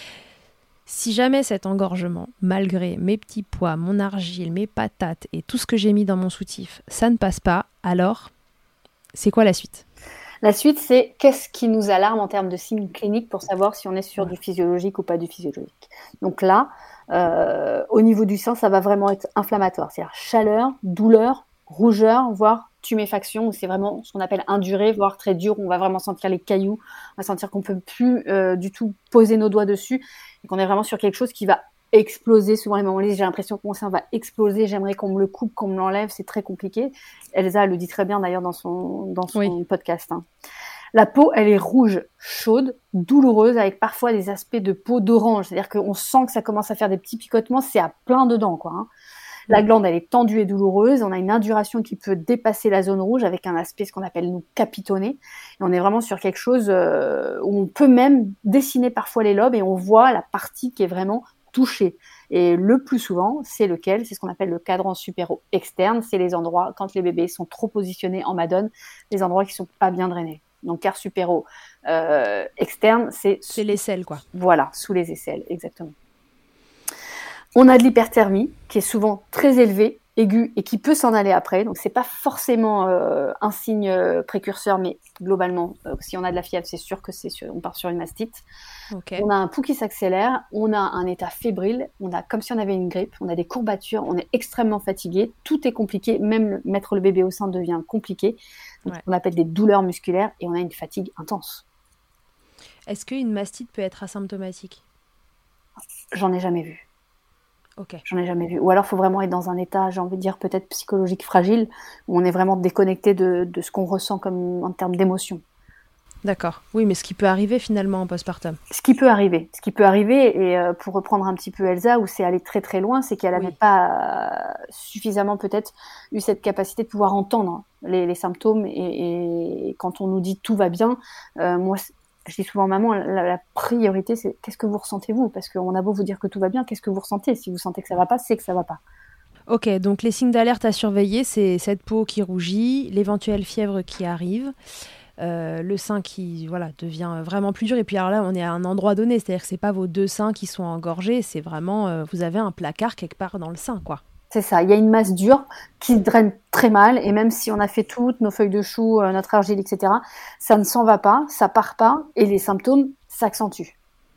Si jamais cet engorgement, malgré mes petits pois, mon argile, mes patates et tout ce que j'ai mis dans mon soutif, ça ne passe pas, alors c'est quoi la suite ? La suite, c'est qu'est-ce qui nous alarme en termes de signes cliniques pour savoir si on est sur du physiologique ou pas du physiologique. Donc là, au niveau du sang, ça va vraiment être inflammatoire, c'est-à-dire chaleur, douleur, rougeur, voire tuméfaction, où c'est vraiment ce qu'on appelle induré, voire très dur, où on va vraiment sentir les cailloux, on va sentir qu'on ne peut plus du tout poser nos doigts dessus, et qu'on est vraiment sur quelque chose qui va exploser. Souvent, les mamans disent, j'ai l'impression que mon sein va exploser, j'aimerais qu'on me le coupe, qu'on me l'enlève, c'est très compliqué. Elsa le dit très bien d'ailleurs dans son podcast. Hein. La peau, elle est rouge, chaude, douloureuse, avec parfois des aspects de peau d'orange, c'est-à-dire qu'on sent que ça commence à faire des petits picotements, c'est à plein dedans, quoi. Hein. La glande, elle est tendue et douloureuse. On a une induration qui peut dépasser la zone rouge avec un aspect, ce qu'on appelle nous capitonné. Et on est vraiment sur quelque chose où on peut même dessiner parfois les lobes et on voit la partie qui est vraiment touchée. Et le plus souvent, c'est lequel ? C'est ce qu'on appelle le cadran supéro-externe. C'est les endroits, quand les bébés sont trop positionnés en madone, les endroits qui sont pas bien drainés. Donc, quart supéro-externe, c'est l'aisselle, quoi. Voilà, sous les aisselles, exactement. On a de l'hyperthermie qui est souvent très élevée, aiguë et qui peut s'en aller après. Donc, c'est pas forcément un signe précurseur, mais globalement, si on a de la fièvre, c'est sûr que on part sur une mastite. Okay. On a un pouls qui s'accélère, on a un état fébrile, on a comme si on avait une grippe, on a des courbatures, on est extrêmement fatigué, tout est compliqué, même mettre le bébé au sein devient compliqué. Donc, on appelle des douleurs musculaires et on a une fatigue intense. Est-ce qu'une mastite peut être asymptomatique ? J'en ai jamais vu. Okay. J'en ai jamais vu. Ou alors, il faut vraiment être dans un état, j'ai envie de dire, peut-être psychologique fragile, où on est vraiment déconnecté de ce qu'on ressent comme en termes d'émotion. D'accord. Oui, mais ce qui peut arriver finalement en postpartum. Ce qui peut arriver, et pour reprendre un petit peu Elsa, où c'est allé très très loin, c'est qu'elle n'avait pas suffisamment peut-être eu cette capacité de pouvoir entendre les symptômes, et quand on nous dit tout va bien, moi je dis souvent maman, la priorité c'est qu'est-ce que vous ressentez vous, parce qu'on a beau vous dire que tout va bien, qu'est-ce que vous ressentez? Si vous sentez que ça va pas, c'est que ça va pas. Ok, donc les signes d'alerte à surveiller, c'est cette peau qui rougit, l'éventuelle fièvre qui arrive. Le sein qui devient vraiment plus dur, et puis alors là on est à un endroit donné, c'est-à-dire que c'est pas vos 2 seins qui sont engorgés, c'est vraiment vous avez un placard quelque part dans le sein, quoi. C'est ça, il y a une masse dure qui draine très mal, et même si on a fait toutes nos feuilles de chou, notre argile, etc., ça ne s'en va pas, ça part pas, et les symptômes s'accentuent.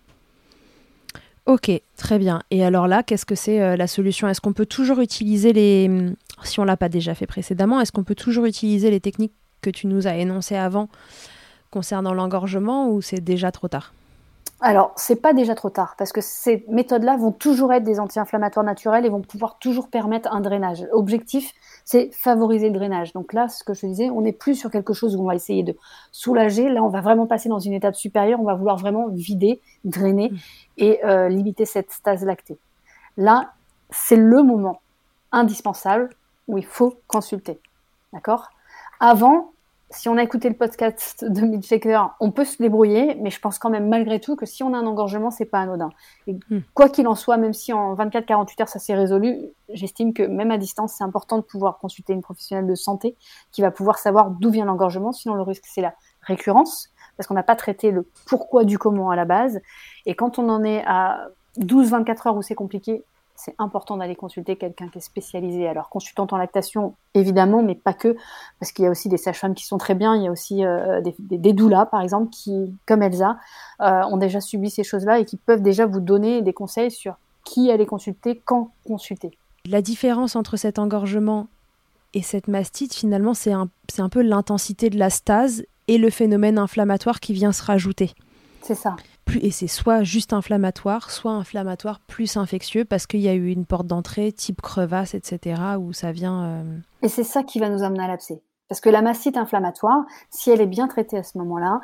Ok, très bien. Et alors là, qu'est-ce que c'est la solution? Est-ce qu'on peut toujours utiliser si on l'a pas déjà fait précédemment, est-ce qu'on peut toujours utiliser les techniques que tu nous as énoncées avant concernant l'engorgement, ou c'est déjà trop tard? Alors, c'est pas déjà trop tard, parce que ces méthodes-là vont toujours être des anti-inflammatoires naturels et vont pouvoir toujours permettre un drainage. L'objectif, c'est favoriser le drainage. Donc là, ce que je te disais, on n'est plus sur quelque chose où on va essayer de soulager. Là, on va vraiment passer dans une étape supérieure. On va vouloir vraiment vider, drainer et limiter cette stase lactée. Là, c'est le moment indispensable où il faut consulter. D'accord ? Avant, si on a écouté le podcast de Milkshaker, on peut se débrouiller, mais je pense quand même malgré tout que si on a un engorgement, c'est pas anodin. Et quoi qu'il en soit, même si en 24-48 heures ça s'est résolu, j'estime que même à distance, c'est important de pouvoir consulter une professionnelle de santé qui va pouvoir savoir d'où vient l'engorgement. Sinon, le risque, c'est la récurrence, parce qu'on n'a pas traité le pourquoi du comment à la base. Et quand on en est à 12-24 heures où c'est compliqué, c'est important d'aller consulter quelqu'un qui est spécialisé. Alors, consultante en lactation, évidemment, mais pas que, parce qu'il y a aussi des sages-femmes qui sont très bien. Il y a aussi des doulas, par exemple, qui, comme Elsa, ont déjà subi ces choses-là et qui peuvent déjà vous donner des conseils sur qui aller consulter, quand consulter. La différence entre cet engorgement et cette mastite, finalement, c'est un peu l'intensité de la stase et le phénomène inflammatoire qui vient se rajouter. C'est ça. Et c'est soit juste inflammatoire, soit inflammatoire plus infectieux, parce qu'il y a eu une porte d'entrée type crevasse, etc., où ça vient... Et c'est ça qui va nous amener à l'abcès. Parce que la mastite inflammatoire, si elle est bien traitée à ce moment-là,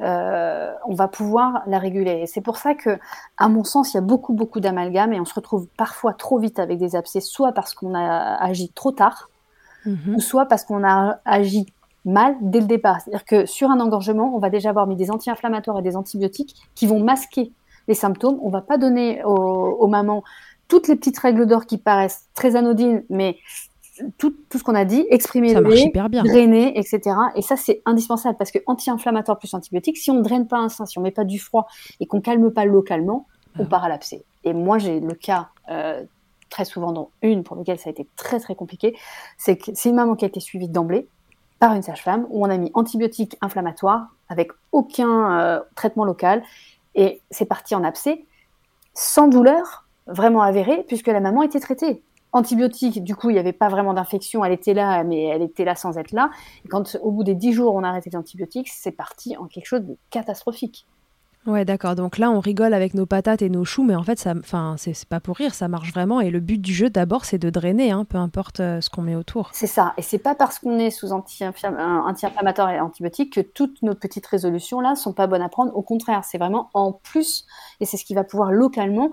on va pouvoir la réguler. Et c'est pour ça que, à mon sens, il y a beaucoup, beaucoup d'amalgames, et on se retrouve parfois trop vite avec des abcès, soit parce qu'on a agi trop tard, ou soit parce qu'on a agi mal dès le départ. C'est-à-dire que sur un engorgement, on va déjà avoir mis des anti-inflammatoires et des antibiotiques qui vont masquer les symptômes. On ne va pas donner aux mamans toutes les petites règles d'or qui paraissent très anodines, mais tout ce qu'on a dit, exprimer le lait, drainer, etc. Et ça, c'est indispensable, parce que anti-inflammatoire plus antibiotique, si on ne draine pas un sein, si on ne met pas du froid et qu'on ne calme pas localement, on part à l'abcès. Et moi, j'ai le cas très souvent dans une pour laquelle ça a été très très compliqué, c'est que c'est une maman qui a été suivie d'emblée par une sage-femme, où on a mis antibiotiques inflammatoires avec aucun traitement local, et c'est parti en abcès, sans douleur vraiment avérée, puisque la maman était traitée. Antibiotiques, du coup, il n'y avait pas vraiment d'infection, elle était là, mais elle était là sans être là. Et quand, au bout des 10 jours, on a arrêté les antibiotiques, c'est parti en quelque chose de catastrophique. Ouais, d'accord. Donc là, on rigole avec nos patates et nos choux, mais en fait, c'est pas pour rire, ça marche vraiment. Et le but du jeu, d'abord, c'est de drainer, peu importe ce qu'on met autour. C'est ça. Et c'est pas parce qu'on est sous anti-inflammatoire et antibiotiques que toutes nos petites résolutions-là sont pas bonnes à prendre. Au contraire, c'est vraiment en plus. Et c'est ce qui va pouvoir localement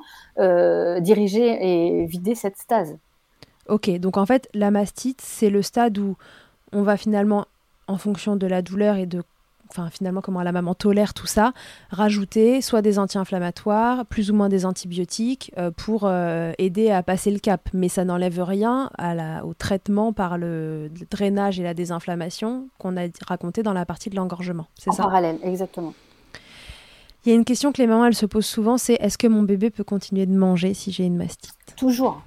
diriger et vider cette stase. Ok, donc en fait, la mastite, c'est le stade où on va finalement, en fonction de la douleur et finalement comment la maman tolère tout ça, rajouter soit des anti-inflammatoires, plus ou moins des antibiotiques pour aider à passer le cap. Mais ça n'enlève rien au traitement par le drainage et la désinflammation qu'on a raconté dans la partie de l'engorgement. C'est ça ? En parallèle, exactement. Il y a une question que les mamans elles se posent souvent, c'est est-ce que mon bébé peut continuer de manger si j'ai une mastite ? Toujours.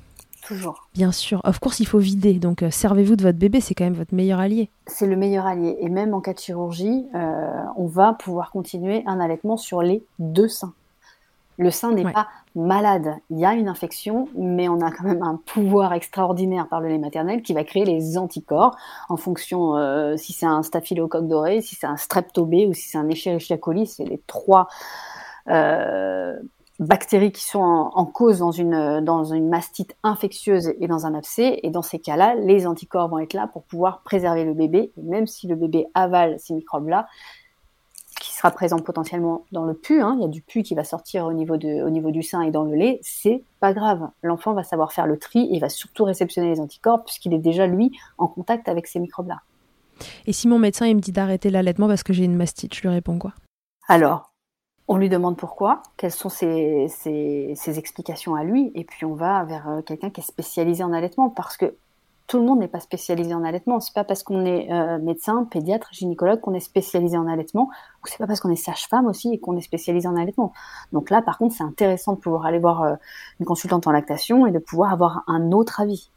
Bien sûr. Of course, il faut vider. Donc, servez-vous de votre bébé, c'est quand même votre meilleur allié. C'est le meilleur allié. Et même en cas de chirurgie, on va pouvoir continuer un allaitement sur les 2 seins. Le sein n'est pas malade. Il y a une infection, mais on a quand même un pouvoir extraordinaire par le lait maternel qui va créer les anticorps en fonction si c'est un staphylocoque doré, si c'est un strepto B ou si c'est un Escherichia coli. C'est les 3 bactéries qui sont en cause dans une mastite infectieuse et dans un abcès. Et dans ces cas-là, les anticorps vont être là pour pouvoir préserver le bébé. Et même si le bébé avale ces microbes-là, qui sera présent potentiellement dans le pus, il y a du pus qui va sortir au niveau du sein et dans le lait, c'est pas grave. L'enfant va savoir faire le tri et il va surtout réceptionner les anticorps puisqu'il est déjà, lui, en contact avec ces microbes-là. Et si mon médecin il me dit d'arrêter l'allaitement parce que j'ai une mastite, je lui réponds quoi? Alors, on lui demande pourquoi, quelles sont ses explications à lui, et puis on va vers quelqu'un qui est spécialisé en allaitement, parce que tout le monde n'est pas spécialisé en allaitement. C'est pas parce qu'on est médecin, pédiatre, gynécologue qu'on est spécialisé en allaitement, ou c'est pas parce qu'on est sage-femme aussi et qu'on est spécialisé en allaitement. Donc là, par contre, c'est intéressant de pouvoir aller voir une consultante en lactation et de pouvoir avoir un autre avis.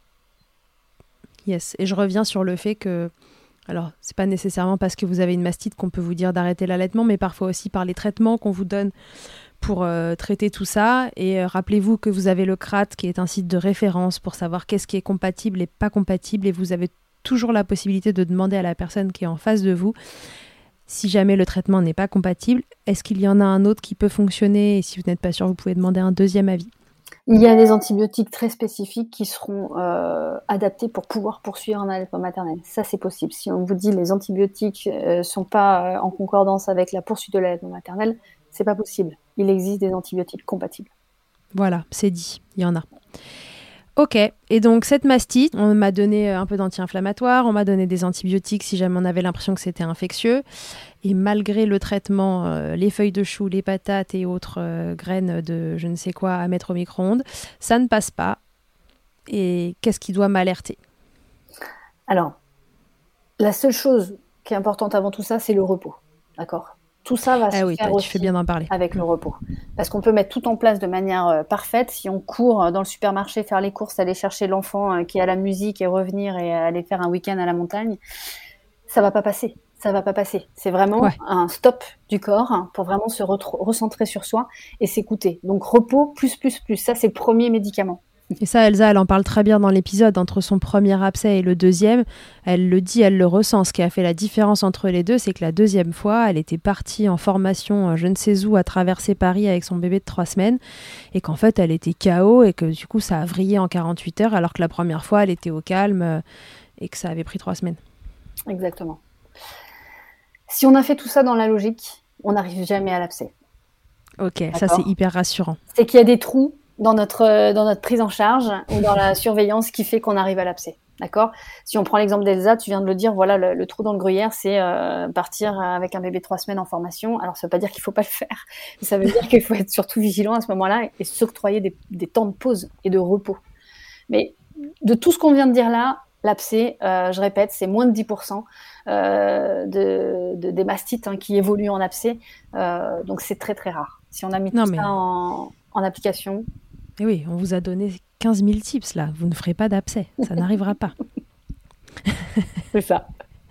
Yes, et je reviens sur le fait que, alors c'est pas nécessairement parce que vous avez une mastite qu'on peut vous dire d'arrêter l'allaitement, mais parfois aussi par les traitements qu'on vous donne pour traiter tout ça. Et rappelez-vous que vous avez le CRAT qui est un site de référence pour savoir qu'est-ce qui est compatible et pas compatible, et vous avez toujours la possibilité de demander à la personne qui est en face de vous si jamais le traitement n'est pas compatible, est-ce qu'il y en a un autre qui peut fonctionner, et si vous n'êtes pas sûr, vous pouvez demander un deuxième avis. Il y a des antibiotiques très spécifiques qui seront adaptés pour pouvoir poursuivre un allaitement maternel. Ça, c'est possible. Si on vous dit les antibiotiques sont pas en concordance avec la poursuite de l'allaitement maternel, c'est pas possible. Il existe des antibiotiques compatibles. Voilà, c'est dit, il y en a. Ok, et donc cette mastite, on m'a donné un peu d'anti-inflammatoire, on m'a donné des antibiotiques si jamais on avait l'impression que c'était infectieux. Et malgré le traitement, les feuilles de chou, les patates et autres graines de je ne sais quoi à mettre au micro-ondes, ça ne passe pas. Et qu'est-ce qui doit m'alerter? Alors, la seule chose qui est importante avant tout ça, c'est le repos. D'accord ? Tout ça va se faire tu fais bien d'en parler. avec le repos. Parce qu'on peut mettre tout en place de manière parfaite. Si on court dans le supermarché, faire les courses, aller chercher l'enfant qui a la musique et revenir et aller faire un week-end à la montagne, ça va pas passer. Ça va pas passer. C'est vraiment un stop du corps pour vraiment se recentrer sur soi et s'écouter. Donc repos plus. Ça, c'est le premier médicament. Et ça, Elsa, elle en parle très bien dans l'épisode. Entre son premier abcès et le deuxième, elle le dit, elle le ressent. Ce qui a fait la différence entre les deux, c'est que la deuxième fois, elle était partie en formation je ne sais où à traverser Paris avec son bébé de 3 semaines et qu'en fait, elle était KO et que du coup, ça a vrillé en 48 heures alors que la première fois, elle était au calme et que ça avait pris 3 semaines. Exactement. Si on a fait tout ça dans la logique, on n'arrive jamais à l'abcès. Ok, d'accord. Ça c'est hyper rassurant. C'est qu'il y a des trous dans notre prise en charge ou dans la surveillance qui fait qu'on arrive à l'abcès. D'accord ? Si on prend l'exemple d'Elsa, tu viens de le dire, voilà, le trou dans le gruyère, c'est partir avec un bébé de 3 semaines en formation. Alors, ça veut pas dire qu'il faut pas le faire. Ça veut dire qu'il faut être surtout vigilant à ce moment-là et s'octroyer des temps de pause et de repos. Mais de tout ce qu'on vient de dire là, l'abcès, je répète, c'est moins de 10% des mastites qui évoluent en abcès. Donc, c'est très, très rare. Si on a mis ça en application... Et oui, on vous a donné 15 000 tips là. Vous ne ferez pas d'abcès. Ça n'arrivera pas. C'est ça.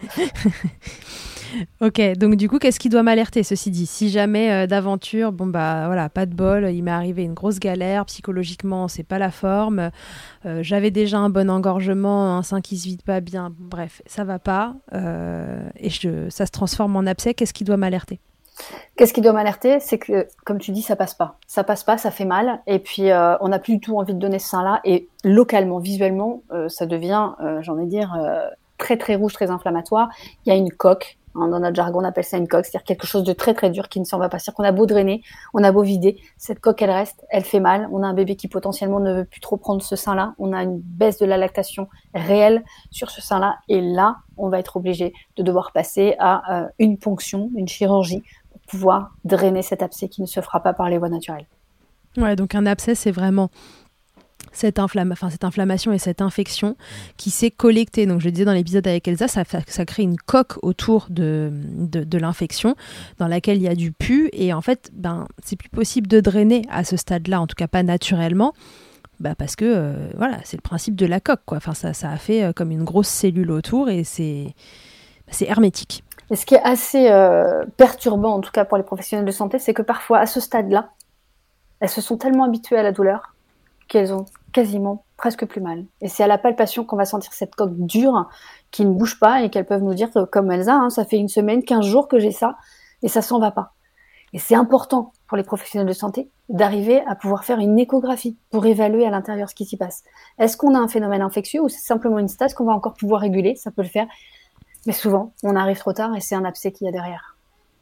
Ok, donc du coup, qu'est-ce qui doit m'alerter, ceci dit? Si jamais d'aventure, bon bah voilà, pas de bol, il m'est arrivé une grosse galère, psychologiquement, c'est pas la forme, j'avais déjà un bon engorgement, un sein qui se vide pas bien, bref, ça va pas, et ça se transforme en abcès, qu'est-ce qui doit m'alerter? Qu'est-ce qui doit m'alerter? C'est que, comme tu dis, ça passe pas. Ça passe pas, ça fait mal, et puis on n'a plus du tout envie de donner ce sein-là, et localement, visuellement, ça devient, très très rouge, très inflammatoire. Il y a une coque. Dans notre jargon, on appelle ça une coque, c'est-à-dire quelque chose de très très dur qui ne s'en va pas. C'est-à-dire qu'on a beau drainer, on a beau vider, cette coque elle reste, elle fait mal. On a un bébé qui potentiellement ne veut plus trop prendre ce sein-là. On a une baisse de la lactation réelle sur ce sein-là. Et là, on va être obligé de devoir passer à une ponction, une chirurgie, pour pouvoir drainer cet abcès qui ne se fera pas par les voies naturelles. Ouais, donc un abcès, c'est vraiment cette inflammation et cette infection qui s'est collectée. Donc je disais dans l'épisode avec Elsa, ça crée une coque autour de l'infection dans laquelle il y a du pus et en fait, c'est plus possible de drainer à ce stade-là, en tout cas pas naturellement, parce que voilà, c'est le principe de la coque, quoi. Enfin, ça a fait comme une grosse cellule autour et c'est hermétique. Et ce qui est assez perturbant, en tout cas pour les professionnels de santé, c'est que parfois à ce stade-là, elles se sont tellement habituées à la douleur qu'elles ont quasiment presque plus mal. Et c'est à la palpation qu'on va sentir cette coque dure qui ne bouge pas et qu'elles peuvent nous dire, comme Elsa, ça fait 1 semaine, 15 jours que j'ai ça et ça s'en va pas. Et c'est important pour les professionnels de santé d'arriver à pouvoir faire une échographie pour évaluer à l'intérieur ce qui s'y passe. Est-ce qu'on a un phénomène infectieux ou c'est simplement une stase qu'on va encore pouvoir réguler? Ça peut le faire. Mais souvent, on arrive trop tard et c'est un abcès qu'il y a derrière.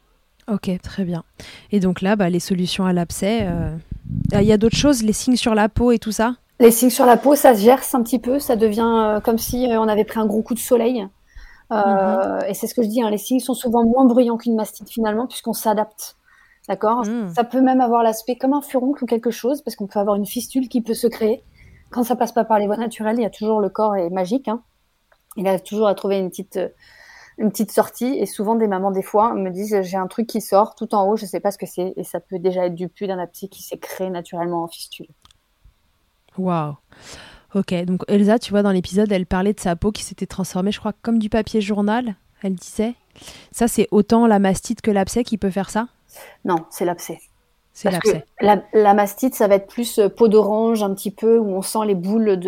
Ok, très bien. Et donc là, les solutions à l'abcès, il y a d'autres choses, les signes sur la peau et tout ça? Les signes sur la peau, ça se gerce un petit peu, ça devient comme si on avait pris un gros coup de soleil. Mhm. Et c'est ce que je dis, hein, les signes sont souvent moins bruyants qu'une mastite finalement, puisqu'on s'adapte. D'accord? Mm. Ça peut même avoir l'aspect comme un furoncle ou quelque chose, parce qu'on peut avoir une fistule qui peut se créer. Quand ça passe pas par les voies naturelles, il y a toujours le corps est magique, hein. Il arrive toujours à trouver une petite sortie. Et souvent, des mamans, des fois, me disent j'ai un truc qui sort tout en haut, je sais pas ce que c'est. Et ça peut déjà être du pus d'un abcès qui s'est créé naturellement en fistule. Waouh. Ok, donc Elsa, tu vois, dans l'épisode, elle parlait de sa peau qui s'était transformée, je crois, comme du papier journal, elle disait. Ça, c'est autant la mastite que l'abcès qui peut faire ça? Non, c'est l'abcès. C'est Parce que l'abcès. la mastite, ça va être plus peau d'orange, un petit peu, où on sent les boules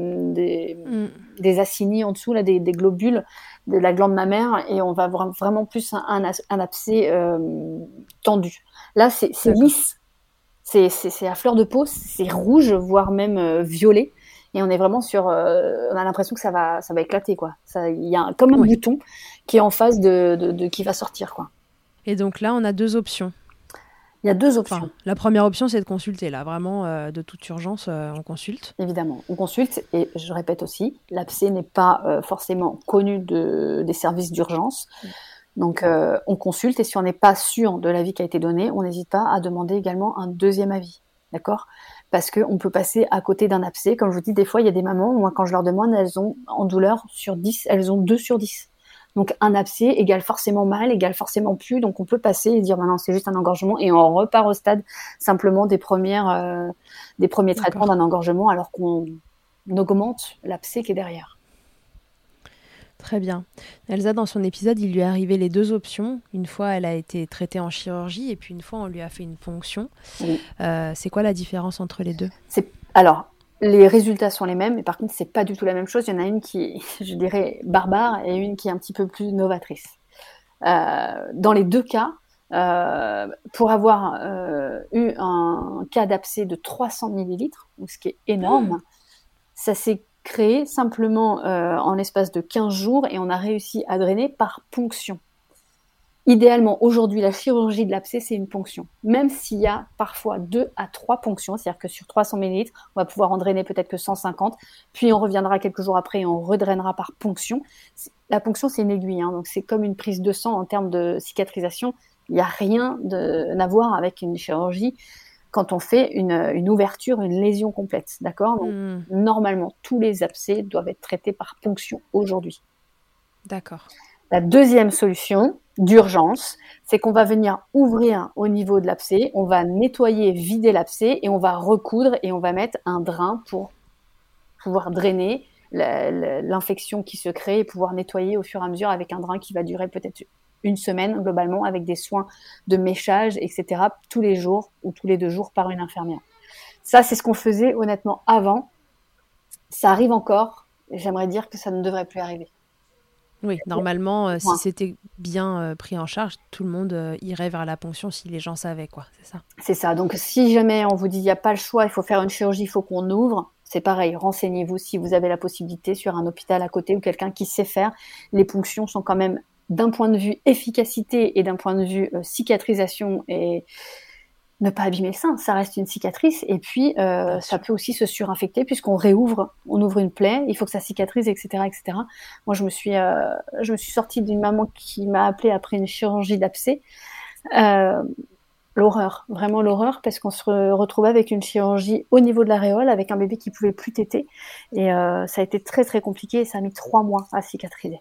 Mm. des acini en dessous, là, des globules de la glande mammaire, et on va voir vraiment plus un abcès tendu. Là, c'est D'accord. lisse, c'est à fleur de peau, c'est rouge, voire même violet, et on est vraiment on a l'impression que ça va éclater, quoi. Il y a comme un Ouais. bouton qui est en face de qui va sortir, quoi. Et donc là, on a deux options. Il y a deux options. Enfin, la première option, c'est de consulter. Là, vraiment, de toute urgence, on consulte. Évidemment, on consulte, et je répète aussi, l'abcès n'est pas forcément connu des services d'urgence. Donc, on consulte, et si on n'est pas sûr de l'avis qui a été donné, on n'hésite pas à demander également un deuxième avis. D'accord? Parce qu'on peut passer à côté d'un abcès. Comme je vous dis, des fois, il y a des mamans, moi, quand je leur demande, elles ont, en douleur, sur 10, elles ont 2 sur 10. Donc, un abcès égale forcément mal, égale forcément plus. Donc, on peut passer et dire, non, c'est juste un engorgement, et on repart au stade simplement des premiers traitements d'un engorgement, alors qu'on augmente l'abcès qui est derrière. Très bien. Elsa, dans son épisode, il lui est arrivé les deux options. Une fois, elle a été traitée en chirurgie, et puis une fois, on lui a fait une ponction. Oui. C'est quoi la différence entre les deux? Alors, les résultats sont les mêmes, mais par contre, c'est pas du tout la même chose. Il y en a une qui est, je dirais, barbare, et une qui est un petit peu plus novatrice. Dans les deux cas, pour avoir eu un cas d'abcès de 300 millilitres, ce qui est énorme, ça s'est créé simplement en l'espace de 15 jours, et on a réussi à drainer par ponction. Idéalement, aujourd'hui, la chirurgie de l'abcès, c'est une ponction. Même s'il y a parfois 2 à 3 ponctions, c'est-à-dire que sur 300 millilitres, on va pouvoir en drainer peut-être que 150, puis on reviendra quelques jours après et on redrainera par ponction. La ponction, c'est une aiguille, hein, donc c'est comme une prise de sang en termes de cicatrisation. Il n'y a rien à voir avec une chirurgie quand on fait une ouverture, une lésion complète. D'accord? Donc, normalement, tous les abcès doivent être traités par ponction aujourd'hui. D'accord. La deuxième solution d'urgence, c'est qu'on va venir ouvrir au niveau de l'abcès, on va nettoyer, vider l'abcès, et on va recoudre, et on va mettre un drain pour pouvoir drainer l'infection qui se crée et pouvoir nettoyer au fur et à mesure avec un drain qui va durer peut-être une semaine globalement, avec des soins de méchage, etc., tous les jours ou tous les 2 jours par une infirmière. Ça, c'est ce qu'on faisait honnêtement avant. Ça arrive encore, et j'aimerais dire que ça ne devrait plus arriver. Oui, normalement, si c'était bien pris en charge, tout le monde irait vers la ponction si les gens savaient, quoi. C'est ça. C'est ça. Donc, si jamais on vous dit il n'y a pas le choix, il faut faire une chirurgie, il faut qu'on ouvre, c'est pareil. Renseignez-vous si vous avez la possibilité sur un hôpital à côté ou quelqu'un qui sait faire. Les ponctions sont quand même, d'un point de vue efficacité et d'un point de vue cicatrisation, et ne pas abîmer le sein, ça reste une cicatrice, et puis ça peut aussi se surinfecter puisqu'on réouvre, on ouvre une plaie, il faut que ça cicatrise, etc., etc. Moi, je me suis sortie d'une maman qui m'a appelée après une chirurgie d'abcès. L'horreur, vraiment l'horreur, parce qu'on se retrouvait avec une chirurgie au niveau de l'aréole, avec un bébé qui pouvait plus téter, et ça a été très très compliqué, et ça a mis 3 mois à cicatriser.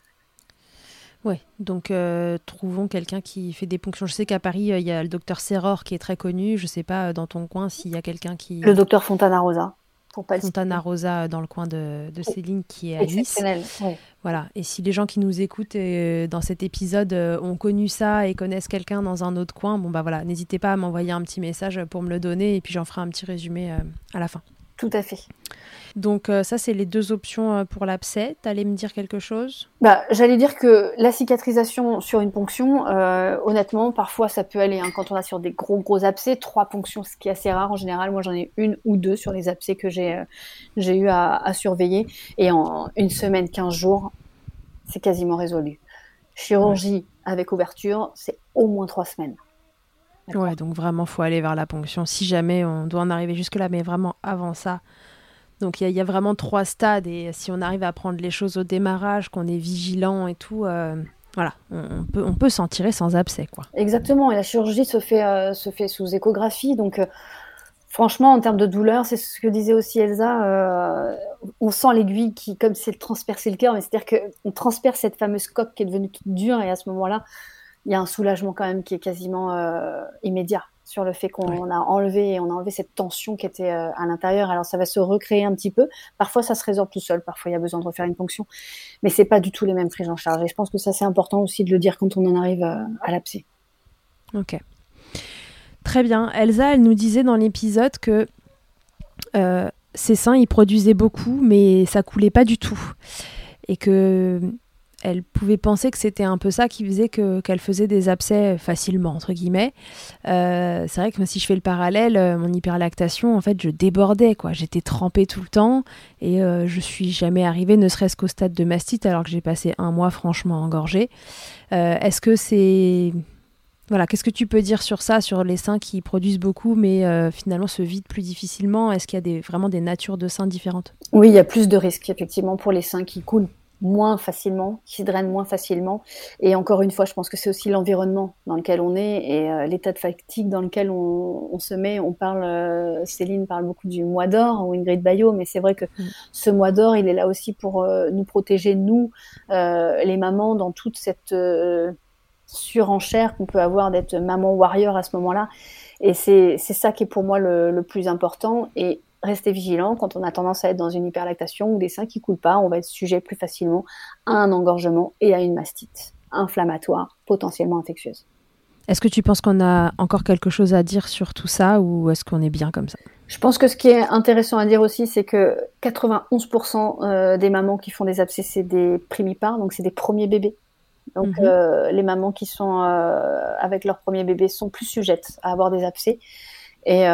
Oui, donc trouvons quelqu'un qui fait des ponctions. Je sais qu'à Paris, il y a le docteur Serror qui est très connu. Je ne sais pas dans ton coin s'il y a quelqu'un qui... Le docteur Fontana Rosa. Fontana Rosa dans le coin de Céline qui est à Nice. Exceptionnel, oui. Voilà. Et si les gens qui nous écoutent dans cet épisode ont connu ça et connaissent quelqu'un dans un autre coin, bon bah voilà, n'hésitez pas à m'envoyer un petit message pour me le donner, et puis j'en ferai un petit résumé à la fin. Tout à fait. Donc ça, c'est les deux options pour l'abcès. T'allais me dire quelque chose ? J'allais dire que la cicatrisation sur une ponction, honnêtement, parfois ça peut aller, hein, quand on a sur des gros abcès, 3 ponctions, ce qui est assez rare en général. Moi, j'en ai 1 ou 2 sur les abcès que j'ai eu à surveiller, et en 1 semaine, 15 jours, c'est quasiment résolu. Chirurgie avec ouverture, c'est au moins 3 semaines. D'accord. Ouais, donc vraiment, faut aller vers la ponction si jamais on doit en arriver jusque-là, mais vraiment avant ça. Donc il y a vraiment 3 stades et si on arrive à prendre les choses au démarrage, qu'on est vigilant et tout, voilà, on peut s'en tirer sans abcès, quoi. Exactement, et la chirurgie se fait sous échographie, donc franchement, en termes de douleur, c'est ce que disait aussi Elsa, on sent l'aiguille qui, comme si elle transperçait le cœur, mais c'est-à-dire qu'on transperce cette fameuse coque qui est devenue toute dure, et à ce moment-là, il y a un soulagement quand même qui est quasiment immédiat sur le fait qu'on a enlevé cette tension qui était à l'intérieur. Alors ça va se recréer un petit peu. Parfois ça se résorbe tout seul, parfois il y a besoin de refaire une ponction, mais c'est pas du tout les mêmes prises en charge. Et je pense que ça c'est important aussi de le dire quand on en arrive à l'abcès. Ok. Très bien. Elsa, elle nous disait dans l'épisode que ses seins, ils produisaient beaucoup, mais ça coulait pas du tout. Et que elle pouvait penser que c'était un peu ça qui faisait qu'elle faisait des abcès facilement, entre guillemets. C'est vrai que si je fais le parallèle, mon hyperlactation, en fait, je débordais, quoi. J'étais trempée tout le temps et je suis jamais arrivée, ne serait-ce qu'au stade de mastite, alors que j'ai passé 1 mois franchement engorgée. Est-ce que c'est... Voilà, qu'est-ce que tu peux dire sur ça, sur les seins qui produisent beaucoup, mais finalement se vident plus difficilement? Est-ce qu'il y a vraiment des natures de seins différentes? Oui, il y a plus de risques, effectivement, pour les seins qui coulent moins facilement, qui se drainent moins facilement. Et encore une fois, je pense que c'est aussi l'environnement dans lequel on est et l'état de fatigue dans lequel on se met. On parle, Céline parle beaucoup du mois d'or ou Ingrid Baillot, mais c'est vrai que ce mois d'or, il est là aussi pour nous protéger, nous, les mamans, dans toute cette surenchère qu'on peut avoir d'être maman warrior à ce moment-là. Et c'est ça qui est pour moi le plus important. Et rester vigilant quand on a tendance à être dans une hyperlactation ou des seins qui coulent pas, on va être sujet plus facilement à un engorgement et à une mastite inflammatoire, potentiellement infectieuse. Est-ce que tu penses qu'on a encore quelque chose à dire sur tout ça ou est-ce qu'on est bien comme ça? Je pense que ce qui est intéressant à dire aussi, c'est que 91% des mamans qui font des abcès, c'est des primipares, donc c'est des premiers bébés. Donc les mamans qui sont avec leur premier bébé sont plus sujettes à avoir des abcès. Et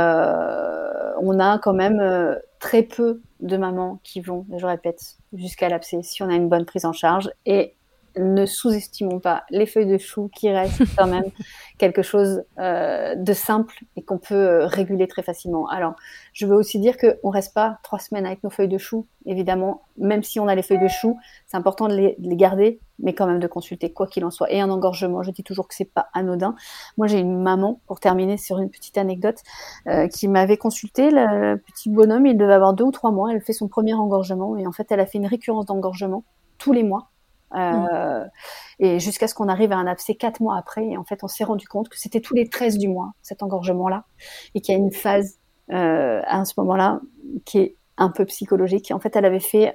on a quand même très peu de mamans qui vont, je répète, jusqu'à l'abcès si on a une bonne prise en charge. Et ne sous-estimons pas les feuilles de chou qui restent quand même quelque chose de simple et qu'on peut réguler très facilement. Alors, je veux aussi dire qu'on reste pas 3 semaines avec nos feuilles de chou. Évidemment, même si on a les feuilles de chou, c'est important de les garder, mais quand même de consulter, quoi qu'il en soit. Et un engorgement, je dis toujours que c'est pas anodin. Moi, j'ai une maman, pour terminer sur une petite anecdote, qui m'avait consulté. Le petit bonhomme, il devait avoir 2 ou 3 mois. Elle fait son premier engorgement et en fait, elle a fait une récurrence d'engorgement tous les mois. Et jusqu'à ce qu'on arrive à un abcès 4 mois après, et en fait on s'est rendu compte que c'était tous les 13 du mois cet engorgement-là, et qu'il y a une phase à ce moment-là qui est un peu psychologique. En fait elle avait fait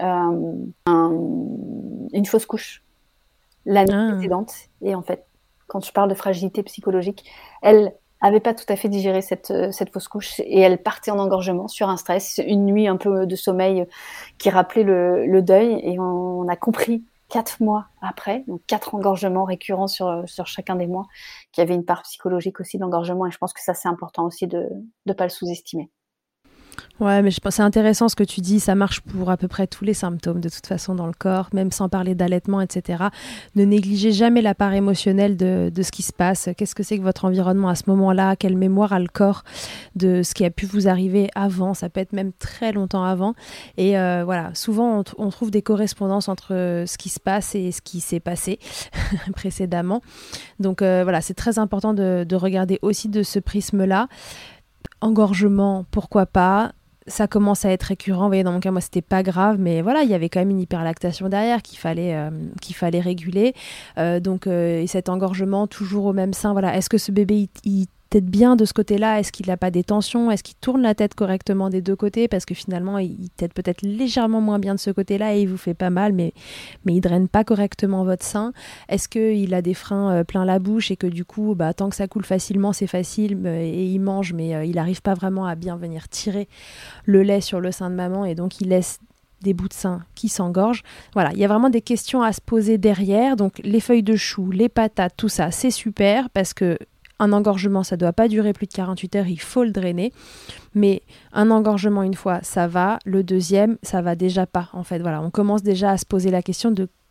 une fausse couche l'année précédente, et en fait quand je parle de fragilité psychologique, elle avait pas tout à fait digéré cette fausse couche et elle partait en engorgement sur un stress, une nuit un peu de sommeil qui rappelait le deuil, et on a compris 4 mois après, donc 4 engorgements récurrents sur chacun des mois, qu'il y avait une part psychologique aussi d'engorgement, et je pense que ça c'est important aussi de pas le sous-estimer. Ouais, mais je pense que c'est intéressant ce que tu dis, ça marche pour à peu près tous les symptômes de toute façon dans le corps, même sans parler d'allaitement, etc. Ne négligez jamais la part émotionnelle de ce qui se passe. Qu'est-ce que c'est que votre environnement à ce moment-là? Quelle mémoire a le corps de ce qui a pu vous arriver avant? Ça peut être même très longtemps avant. Et voilà, souvent on trouve des correspondances entre ce qui se passe et ce qui s'est passé précédemment. Donc voilà, c'est très important de regarder aussi de ce prisme-là. Engorgement, pourquoi pas? Ça commence à être récurrent. Vous voyez, dans mon cas, moi, c'était pas grave, mais voilà, il y avait quand même une hyperlactation derrière qu'il fallait réguler. Et cet engorgement, toujours au même sein, voilà. Est-ce que ce bébé, il tête bien de ce côté-là? Est-ce qu'il n'a pas des tensions? Est-ce qu'il tourne la tête correctement des deux côtés? Parce que finalement, il tête peut-être légèrement moins bien de ce côté-là et il vous fait pas mal, mais il draine pas correctement votre sein. Est-ce qu'il a des freins plein la bouche et que du coup, tant que ça coule facilement, c'est facile et il mange, mais il n'arrive pas vraiment à bien venir tirer le lait sur le sein de maman et donc il laisse des bouts de sein qui s'engorgent. Voilà, il y a vraiment des questions à se poser derrière. Donc les feuilles de chou, les patates, tout ça, c'est super parce que un engorgement, ça ne doit pas durer plus de 48 heures, il faut le drainer. Mais un engorgement, une fois, ça va. Le deuxième, ça va déjà pas. En fait, voilà, on commence déjà à se poser la question de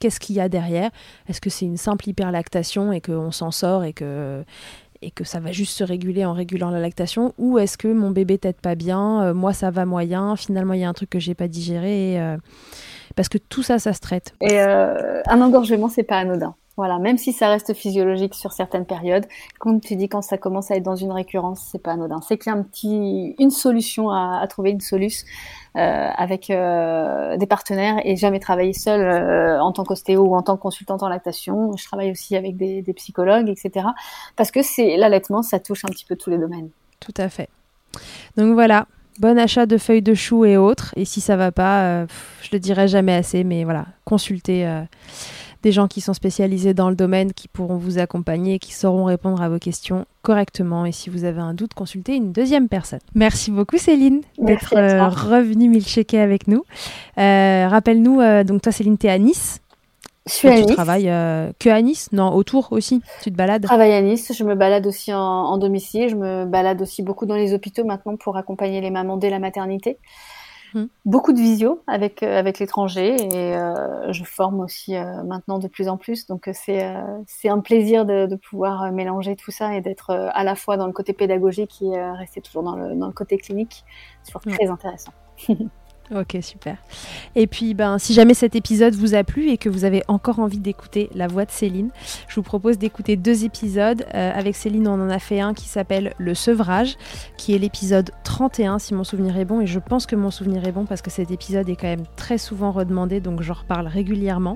qu'est-ce qu'il y a derrière ? Est-ce que c'est une simple hyperlactation et qu'on s'en sort et que ça va juste se réguler en régulant la lactation ? Ou est-ce que mon bébé tète pas bien, moi ça va moyen, finalement il y a un truc que j'ai pas digéré parce que tout ça se traite. Et un engorgement, c'est pas anodin. Voilà, même si ça reste physiologique sur certaines périodes, comme tu dis, quand ça commence à être dans une récurrence, c'est pas anodin. C'est qu'il y a une solution à trouver, une solution avec des partenaires, et jamais travailler seule en tant qu'ostéo ou en tant que consultante en lactation. Je travaille aussi avec des psychologues, etc. Parce que l'allaitement, ça touche un petit peu tous les domaines. Tout à fait. Donc voilà. Bon achat de feuilles de chou et autres. Et si ça va pas, je le dirai jamais assez, mais voilà, consultez des gens qui sont spécialisés dans le domaine, qui pourront vous accompagner, qui sauront répondre à vos questions correctement. Et si vous avez un doute, consultez une deuxième personne. Merci beaucoup Céline d'être revenue milkshaker avec nous. Rappelle-nous, donc toi Céline, t'es à Nice. Je suis à Nice. Tu travailles que à Nice ? Non, autour aussi. Tu te balades ? Je travaille à Nice. Je me balade aussi en domicile. Je me balade aussi beaucoup dans les hôpitaux maintenant pour accompagner les mamans dès la maternité. Beaucoup de visio avec l'étranger, et je forme aussi maintenant de plus en plus. Donc c'est un plaisir de pouvoir mélanger tout ça et d'être à la fois dans le côté pédagogique et rester toujours dans le côté clinique. C'est toujours très intéressant. Ok, super. Et puis, si jamais cet épisode vous a plu et que vous avez encore envie d'écouter la voix de Céline, je vous propose d'écouter 2 épisodes. Avec Céline, on en a fait un qui s'appelle Le Sevrage, qui est l'épisode 31, si mon souvenir est bon. Et je pense que mon souvenir est bon parce que cet épisode est quand même très souvent redemandé, donc j'en reparle régulièrement.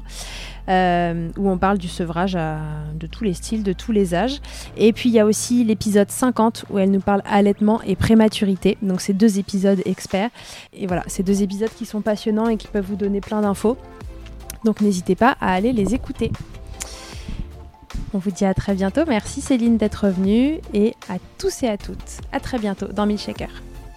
Où on parle du sevrage de tous les styles, de tous les âges. Et puis il y a aussi l'épisode 50 où elle nous parle allaitement et prématurité. Donc c'est 2 épisodes experts. Et voilà, c'est 2 épisodes qui sont passionnants et qui peuvent vous donner plein d'infos. Donc n'hésitez pas à aller les écouter. On vous dit à très bientôt. Merci Céline d'être venue, et à tous et à toutes, à très bientôt dans Milkshaker.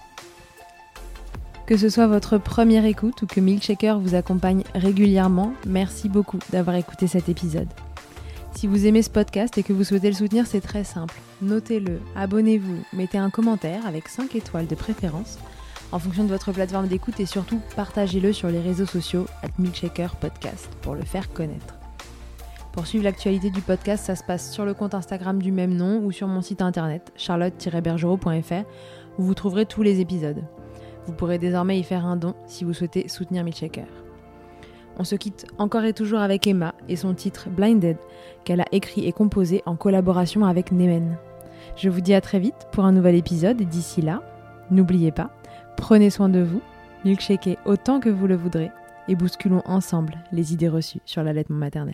Que ce soit votre première écoute ou que Milkshaker vous accompagne régulièrement, merci beaucoup d'avoir écouté cet épisode. Si vous aimez ce podcast et que vous souhaitez le soutenir, c'est très simple. Notez-le, abonnez-vous, mettez un commentaire avec 5 étoiles de préférence en fonction de votre plateforme d'écoute, et surtout partagez-le sur les réseaux sociaux @milkshakerpodcast pour le faire connaître. Pour suivre l'actualité du podcast, ça se passe sur le compte Instagram du même nom ou sur mon site internet charlotte-bergerot.fr où vous trouverez tous les épisodes. Vous pourrez désormais y faire un don si vous souhaitez soutenir Milkshaker. On se quitte encore et toujours avec Emma et son titre Blinded, qu'elle a écrit et composé en collaboration avec Nemen. Je vous dis à très vite pour un nouvel épisode, et d'ici là, n'oubliez pas, prenez soin de vous, milkshakez autant que vous le voudrez, et bousculons ensemble les idées reçues sur l'allaitement maternel.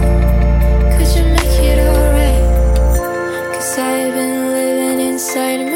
Inside of